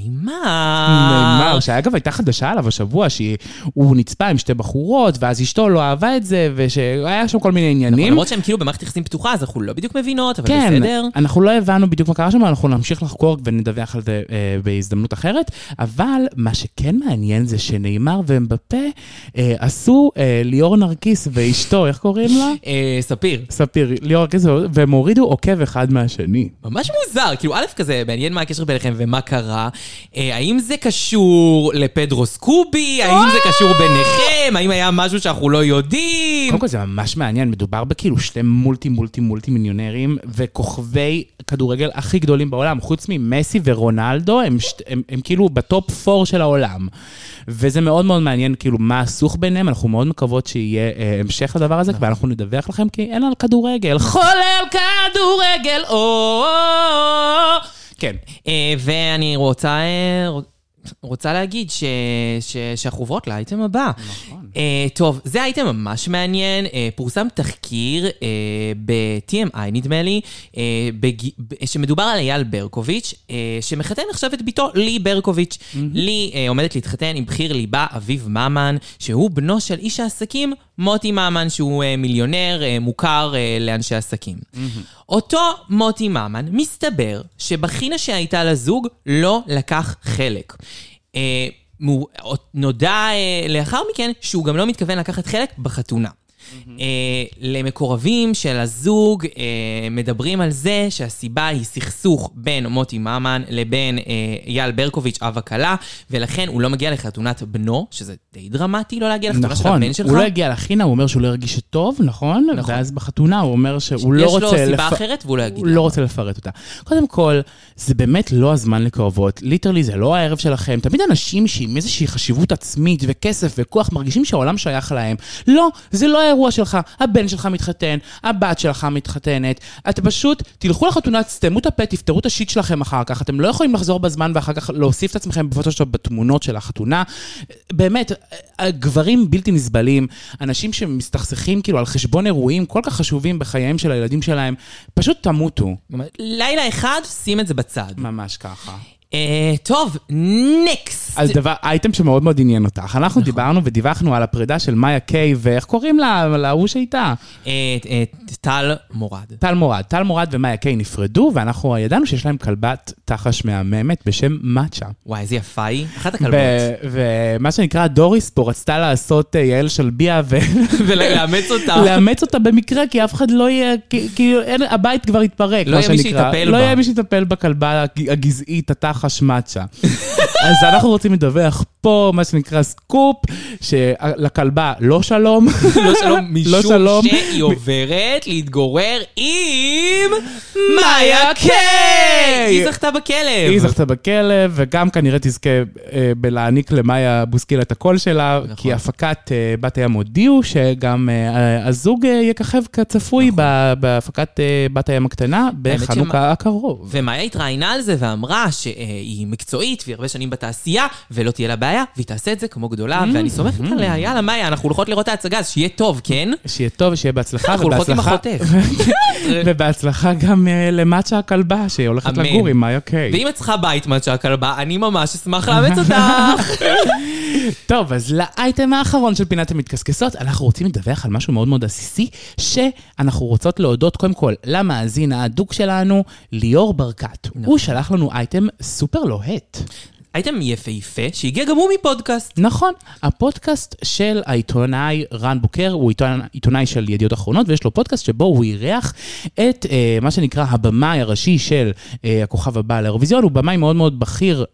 נעימר, שאגב הייתה חדשה עליו השבוע, שהוא נצפה עם שתי בחורות, ואז אשתו לא אהבה את זה, והיה שם כל מיני עניינים. למרות שהם כאילו במערכת יחסים פתוחה, אז אנחנו לא בדיוק מבינות, אבל כן, בסדר. אנחנו לא הבנו בדיוק מה קרה שם, אנחנו נמשיך לחקור ונדווח על זה בהזדמנות אחרת, אבל מה שכן מעניין זה שנעימר ואמבפה עשו ליאור נרקיס ואשתו, איך קוראים לה? ספיר, ליאור נרקיס, והם הורידו עוקב אחד מהשני. ממש מוזר, כאילו א' כזה, מעניין מה הקשר ביניכם ומה קרה. האם זה קשור לפדרוס קובי? האם זה קשור ביניכם? האם היה משהו שאנחנו לא יודעים? קודם כל זה ממש מעניין, מדובר בכאילו שתי מולטי מיליונרים וכוכבי כדורגל הכי גדולים בעולם, חוץ ממסי ורונלדו, הם כאילו בטופ 4 של העולם. וזה מאוד מאוד מעניין כאילו מה הסוך ביניהם, אנחנו מאוד מקוות שיהיה המשך לדבר הזה, ואנחנו נדווח לכם כי אין על כדורגל. חולל כדורגל, כן. ואני רוצה להגיד שאנחנו עוברות לאייטם הבא. נכון. טוב, זה אייטם ממש מעניין. פורסם תחקיר ב-TMI, נדמה לי, שמדובר על אייל ברקוביץ', שמחתן עכשיו את ביתו, לי ברקוביץ'. לי עומדת להתחתן עם בחיר ליבה, אביב ממן, שהוא בנו של איש העסקים, מוטי ממן, שהוא מיליונר, מוכר לאנשי עסקים. אותו מוטי ממן, מסתבר שבחינה שהייתה לזוג לא לקח חלק. נודע לאחר מכן שהוא גם לא מתכוון לקחת חלק בחתונה. למקורבים של הזוג מדברים על זה שהסיבה היא סכסוך בין מוטי ממן לבין אייל ברקוביץ' אב הכלה, ולכן הוא לא מגיע לחתונת בנו, שזה די דרמטי לא להגיע לחתונה של הבן שלך. הוא לא הגיע לחינה, הוא אומר שהוא לא הרגיש טוב, נכון? ואז בחתונה הוא אומר שהוא לא רוצה... יש לו סיבה אחרת והוא לא יגיד. הוא לא רוצה לפרט אותה. קודם כל, זה באמת לא הזמן לקרבות, ליטרלי זה לא הערב שלכם, תמיד אנשים שעם איזושהי חשיבות עצמית וכסף וכוח מרגישים שהעולם שייך להם. לא, זה לא האירוע שלך, הבן שלך מתחתן, הבת שלך מתחתנת, אתם פשוט תלכו לחתונה, תסתמו את הפה, תפתרו את השיט שלכם אחר כך, אתם לא יכולים לחזור בזמן ואחר כך להוסיף את עצמכם בפוטושופ בתמונות של החתונה. באמת, גברים בלתי נסבלים, אנשים שמסתכסכים כאילו על חשבון אירועים כל כך חשובים בחייהם של הילדים שלהם, פשוט תמותו. לילה אחד, שים את זה בצד. ממש ככה. טוב, נקסט. אז דבר, אייטם שמאוד מאוד עניין אותך. אנחנו דיברנו ודיווחנו על הפרידה של מאיה קיי, ואיך קוראים לה, להוא שאיתה? טל מורד. טל מורד ומאיה קיי נפרדו, ואנחנו ידענו שיש להם כלבת תחש מהממת בשם מאצ'ה. וואי, איזה יפה היא. אחת הכלבות. ומה שנקרא דוריס פה רצתה לעשות יעל שלביה ולאמץ אותה. לאמץ אותה במקרה, כי אף אחד לא יהיה, כי הבית כבר התפרק. לא יהיה מי שיטפל בה. לא יהיה מי שיטפל בכלבה הגזעית, התחש מאצ'ה. אז אנחנו רוצים לדווח פה, מה שנקרא סקופ, שלכלבה לא שלום. לא שלום, משום שהיא עוברת להתגורר עם מאיה קיי. היא זכתה בכלב. היא זכתה בכלב, וגם כנראה תזכה בלהעניק למאיה בוסקילה את הקול שלה, כי הפקת בת הים הודיעו שגם הזוג יככב כצפוי בהפקת בת הים הקטנה בחנוכה הקרוב. ומאיה התראיינה על זה ואמרה שהיא מקצועית והיא הרבה שנים בתעשייה, ולא תהיה לה בעיה, והיא תעשה את זה כמו גדולה, ואני סומכת עליה, יאללה מאיה, אנחנו הולכות לראות את ההצגה, אז שיהיה טוב, כן? שיהיה טוב, שיהיה בהצלחה, אנחנו הולכות עם החוטף. ובהצלחה גם למאצ'ה הכלבה, שהולכת לגור עם מאיה קיי. ואם את צריכה בית מאצ'ה הכלבה, אני ממש אשמח לאמץ אותך. טוב, אז לאייטם האחרון של פינת המתקסקסות, אנחנו רוצים לדווח על משהו מאוד מאוד עסיסי, שאנחנו רוצות להודות קודם כל למאזין האדוק שלנו, ליאור ברקת. הוא שלח לנו אייטם סופר לוהט. אייטם יפהפה, שהגיע גם הוא מפודקאסט. נכון, הפודקאסט של העיתונאי רן בוקר, הוא עיתונאי של ידיעות אחרונות, ויש לו פודקאסט שבו הוא אירח את מה שנקרא הבמאי הראשי של הכוכב הבא לאירוויזיון, הוא במאי מאוד מאוד בכיר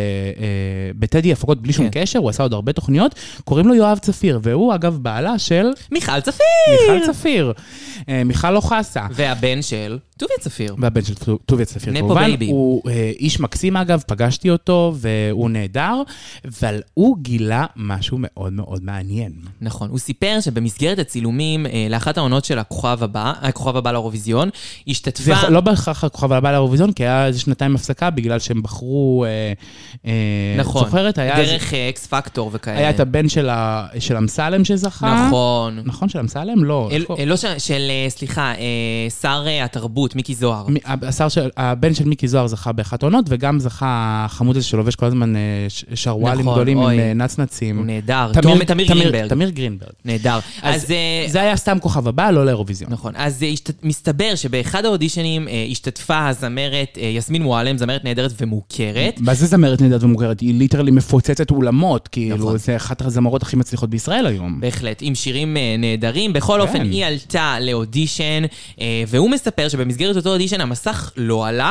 בטדי הפקות בלי שום קשר, הוא עשה עוד הרבה תוכניות, קוראים לו יואב צפיר, והוא אגב בעלה של... מיכל צפיר! מיכל לא חסה. והבן של טוביה צפיר. והבן של טוביה צפיר, כמובן. הוא איש מקסים אגב, פגשתי אותו, והוא נהדר, אבל הוא גילה משהו מאוד מאוד מעניין. נכון, הוא סיפר שבמסגרת הצילומים לאחת העונות של הכוכב הבא לאירוויזיון, השתתפה... זה לא בהכרח הכוכב הבא לאירוויזיון, כי היה איזה שנתיים הפסקה, בגלל שהם בחרו... נכון, זוכרת, דרך אקס פקטור וכאלה. היה את הבן של אמסלם שזכה. נכון. נכון, של אמסלם? לא. לא סליחה, שר התרבות, מיקי זוהר. הבן של מיקי זוהר זכה באחת העונות, וגם זכה חמוד הזה שלובש כל הזמן שרוואלים גדולים עם נצנצים. הוא נהדר. תמיר גרינברג. נהדר. אז זה היה סתם כוכב הבא, לא לאירוויזיון. נכון. אז מסתבר שבאחד האודישנים השתתפה הזמרת יסמין מועלם, זמרת נהדרת ומוכרת. מה זה זמרת נהדרת ומוכרת? היא ליטרלי מפוצצת אולמות, כאילו זה אחת הזמרות הכי מצליחות בישראל היום. בהחלט, עם שירים נהדרים. בכל אופן, היא עלתה לאודישן, והוא מספר שבמסגרת אותו אודישן המסך לא עלה.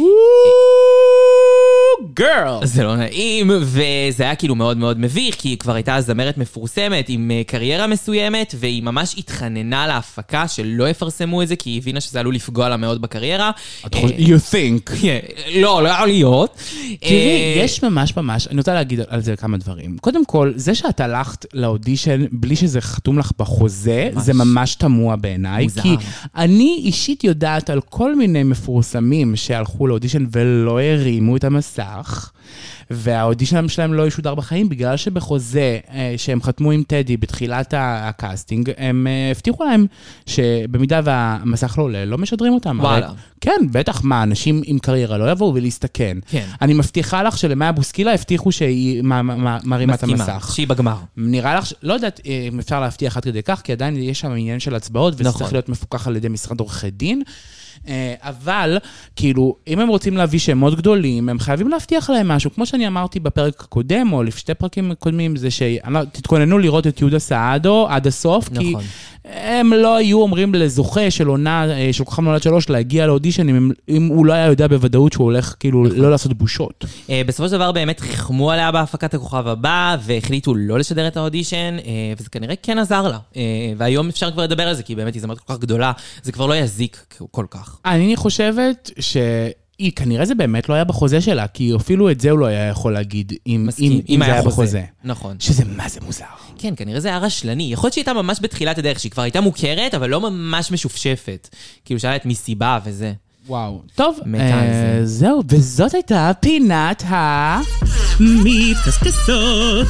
גרל. זה לא נעים, וזה היה כאילו מאוד מאוד מביך, כי היא כבר הייתה זמרת מפורסמת עם קריירה מסוימת, והיא ממש התחננה להפקה שלא יפרסמו את זה, כי היא הבינה שזה עלול לפגוע לה מאוד בקריירה. You think. לא יכול להיות. תראי, יש ממש, אני רוצה להגיד על זה כמה דברים. קודם כל, זה שאת הלכת לאודישן בלי שזה חתום לך בחוזה, זה ממש תמוה בעיניי, כי אני אישית יודעת על כל מיני מפורסמים שהלכו לאודישן ולא הרימו את המסך, והאודישן שלהם לא ישודר בחיים, בגלל שבחוזה שהם חתמו עם טדי בתחילת הקאסטינג, הם הבטיחו להם שבמידה והמסך לא עולה, לא משדרים אותם. וואלה. כן, בטח מה, אנשים עם קריירה לא יבואו ולהסתכן. כן. אני מבטיחה לך שלמאיה בוסקילה הבטיחו שהיא מרימה את המסך. מסכימה, שהיא בגמר. נראה לך, לא יודעת אם אפשר להבטיח עד כדי כך, כי עדיין יש שם עניין של הצבעות, וזה צריך להיות מפוקח על ידי משרד עורכי דין. אבל, כאילו, אם הם רוצים להביא שמות גדולים, הם חייבים להבטיח להם משהו. כמו שאני אמרתי בפרק הקודם, או לפני פרקים קודמים, זה שתתכוננו לראות את יהודה סעדו עד הסוף, כי הם לא היו אומרים לזוכה של עונה, של כוכב נולד 3, להגיע לאודישן, אם הוא לא היה יודע בוודאות שהוא הולך, כאילו, לא לעשות בושות. בסופו של דבר באמת ריחמו עליה בהפקת הכוכב הבא, והחליטו לא לשדר את האודישן, וזה כנראה כן עזר לה. והיום אפשר כבר לדבר על זה, כי באמת היא זמרת כל כך גדולה, זה כבר לא יזיק כל כך. אני חושבת כנראה זה באמת לא היה בחוזה שלה, כי אפילו את זה הוא לא היה יכול להגיד אם זה היה בחוזה. נכון. שזה מה זה מוזר. כן, כנראה זה היה רשלני. יכול להיות שהיא הייתה ממש בתחילת הדרך, שהיא כבר הייתה מוכרת, אבל לא ממש משופשפת. כאילו שאלה את מסיבה וזה. וואו. טוב, זהו, וזאת הייתה פינת מתקסקסות.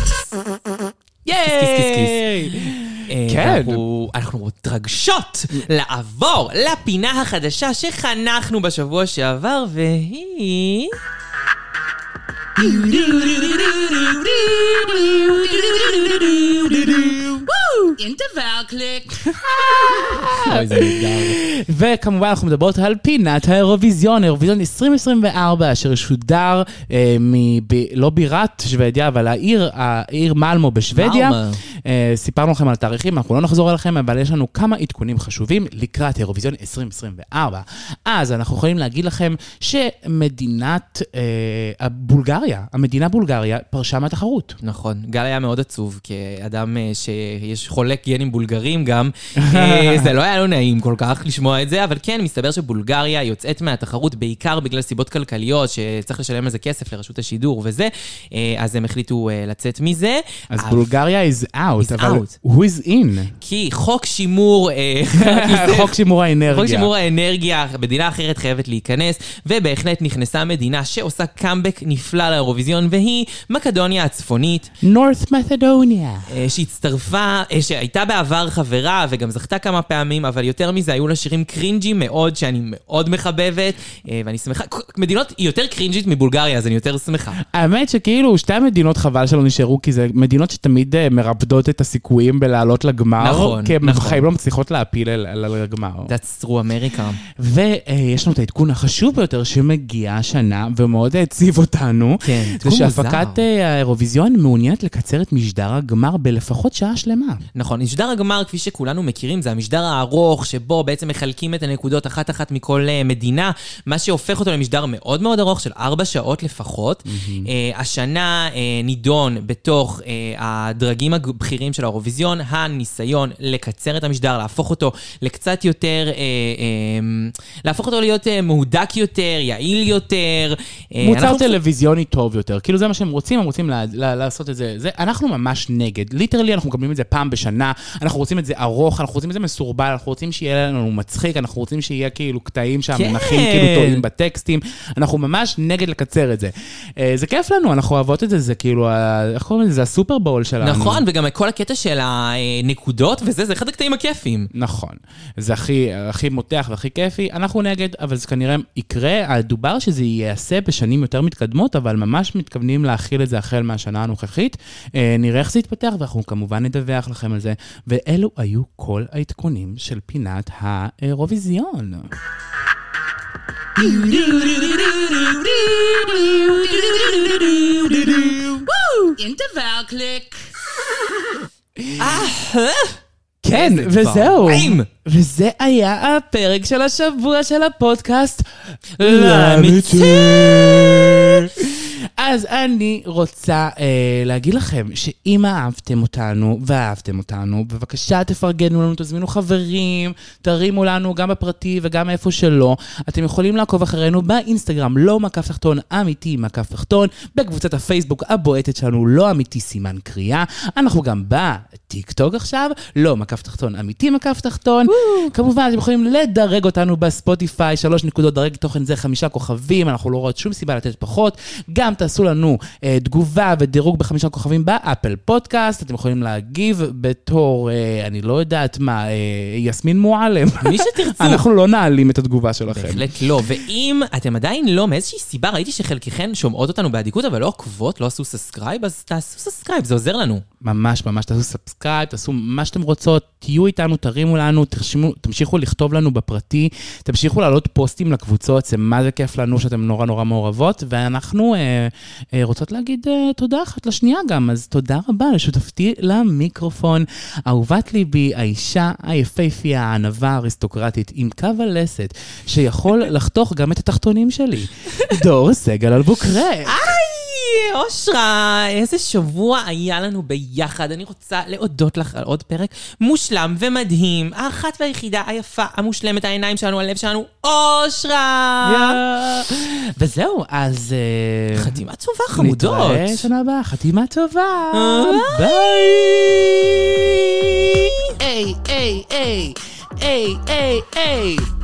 ייי! כן. אנחנו מתרגשות לעבור לפינה החדשה שחנכנו בשבוע שעבר, והיא... אינטרוורקליק. אוי, זה נהדר. וכמובן אנחנו מדברות על פינת האירוויזיון, האירוויזיון 2024, אשר ישודר לא בירת שוודיה, אבל העיר מלמו בשוודיה. סיפרנו לכם על התאריכים, אנחנו לא נחזור אליכם, אבל יש לנו כמה עדכונים חשובים לקראת האירוויזיון 2024. אז אנחנו יכולים להגיד לכם שמדינת המדינה בולגריה פרשה מהתחרות. נכון, גל היה מאוד עצוב, כאדם שיש חולק גנים בולגרים גם, זה לא היה לו נעים כל כך לשמוע את זה, אבל כן, מסתבר שבולגריה יוצאת מהתחרות, בעיקר בגלל סיבות כלכליות, שצריך לשלם איזה כסף לרשות השידור וזה, אז הם החליטו לצאת מזה. אז בולגריה is out, אבל who is in? כי חוק שימור... חוק שימור האנרגיה. חוק שימור האנרגיה, מדינה אחרת חייבת להיכנס, ובהחלט נכנסה מדינה שעושה קאמבק נפלא לאירוויזיון, והיא מקדוניה הצפונית. North Macedonia. שהצטרפה, שהייתה בעבר חברה, וגם זכתה כמה פעמים, אבל יותר מזה היו לה שירים קרינג'ים מאוד, שאני מאוד מחבבת, ואני שמחה, מדינות יותר קרינג'ית מבולגריה, אז אני יותר שמחה. האמת שכאילו שתי המדינות חבל שלא נשארו, כי זה מדינות שתמיד מרפדות את הסיכויים בלעלות לגמר, נכון, כי הן נכון. בחיים לא מצליחות להפיל על הגמר. That's true America. ויש לנו את העדכון החשוב ביותר שמגיע השנה, ומאוד הציב אותנו, כן, זה שהפקת האירוויזיון מעוניינת לקצר את משדר הגמר בלפחות שעה שלמה. נכון, משדר הגמר, כפי שכולנו מכירים, זה המשדר הארוך, שבו בעצם מחלקים את הנקודות אחת מכל מדינה, מה שהופך אותו למשדר מאוד מאוד ארוך, של 4 שעות לפחות. השנה נידון בתוך הדרגים הבכירים של האירוויזיון, הניסיון לקצר את המשדר, להפוך אותו לקצת יותר, להפוך אותו להיות מהודק יותר, יעיל יותר. מוצר טלוויזיוני טוב יותר. כאילו זה מה שהם רוצים, הם רוצים לעשות את זה. אנחנו ממש נגד. ליטרלי אנחנו מקבלים את זה פעם בשנה, אנחנו רוצים את זה ארוך, אנחנו רוצים את זה מסורבל, אנחנו רוצים שיהיה לנו מצחיק, אנחנו רוצים שיהיה כאילו קטעים שהמנחים כאילו טועים בטקסטים, אנחנו ממש נגד לקצר את זה. זה כיף לנו, אנחנו אוהבות את זה, זה כאילו, איך קוראים לזה? זה הסופרבול שלנו. נכון, וגם כל הקטע של הנקודות, וזה, זה אחד הקטעים הכיפים. נכון. זה הכי מותח והכי כיפי. אנחנו נגד, אבל זה כנראה יקרה. הדובר שזה ייעשה בשנים יותר מתקדמות, אבל ממש מתכוונים להכיל את זה החל מהשנה הנוכחית. נראה איך זה יתפתח, ואנחנו כמובן נדווח לכם על זה. ואלו היו כל העדכונים של פינת האירוויזיון. אינטרוורקליק. כן, וזהו. וזה היה הפרק של השבוע של הפודקאסט לאמיתי. אז אני רוצה להגיד לכם שאם אהבתם אותנו ואהבתם אותנו, בבקשה תפרגנו לנו, תזמינו חברים, תרימו לנו גם בפרטי וגם איפה שלא. אתם יכולים לעקוב אחרינו באינסטגרם, לא מקף תחתון, אמיתי מקף תחתון, בקבוצת הפייסבוק הבועטת שלנו, לא אמיתי סימן קריאה. אנחנו גם בטיק טוק עכשיו, לא מקף תחתון, אמיתי מקף תחתון. כמובן, אתם יכולים לדרג אותנו בספוטיפיי, 3 נקודות, דרג תוכן זה 5 כוכבים, אנחנו לא רואות שום סיבה לתת פחות. גם תעשו לנו תגובה ודירוג ב5 כוכבים באפל פודקאסט, אתם יכולים להגיב בתור, אני לא יודעת מה, יסמין מועלם. מי שתרצו. אנחנו לא נעלים את התגובה שלכם. בהחלט לא, ואם אתם עדיין לא, מאיזושהי סיבה, ראיתי שחלקכן שומעות אותנו בעדיקות, אבל לא עוקבות, לא עשו סאסקרייב, אז תעשו סאסקרייב, זה עוזר לנו. ממש, ממש, תעשו סאבסקרייב, תעשו מה שאתם רוצות, תהיו איתנו, תרימו לנו, תמשיכו לכתוב לנו בפרטי, תמשיכו לעלות פוסטים לקבוצות, זה מה זה כיף לנו שאתם נורא נורא מעורבות, ואנחנו רוצות להגיד תודה אחת לשנייה גם, אז תודה רבה לשותפתי למיקרופון, אהובת ליבי, האישה היפהפייה, הענבה האריסטוקרטית, עם קו הלסת, שיכול לחתוך גם את התחתונים שלי. דור סגל אלבוקרה. אושרה, איזה שבוע היה לנו ביחד. אני רוצה להודות לך על עוד פרק מושלם ומדהים. האחת והיחידה, היפה, המושלמת, העיניים שלנו, הלב שלנו, אושרה. וזהו, אז חתימה טובה, חמודות. נתראה שנה הבאה, חתימה טובה. ביי. איי, איי, איי, איי, איי, איי.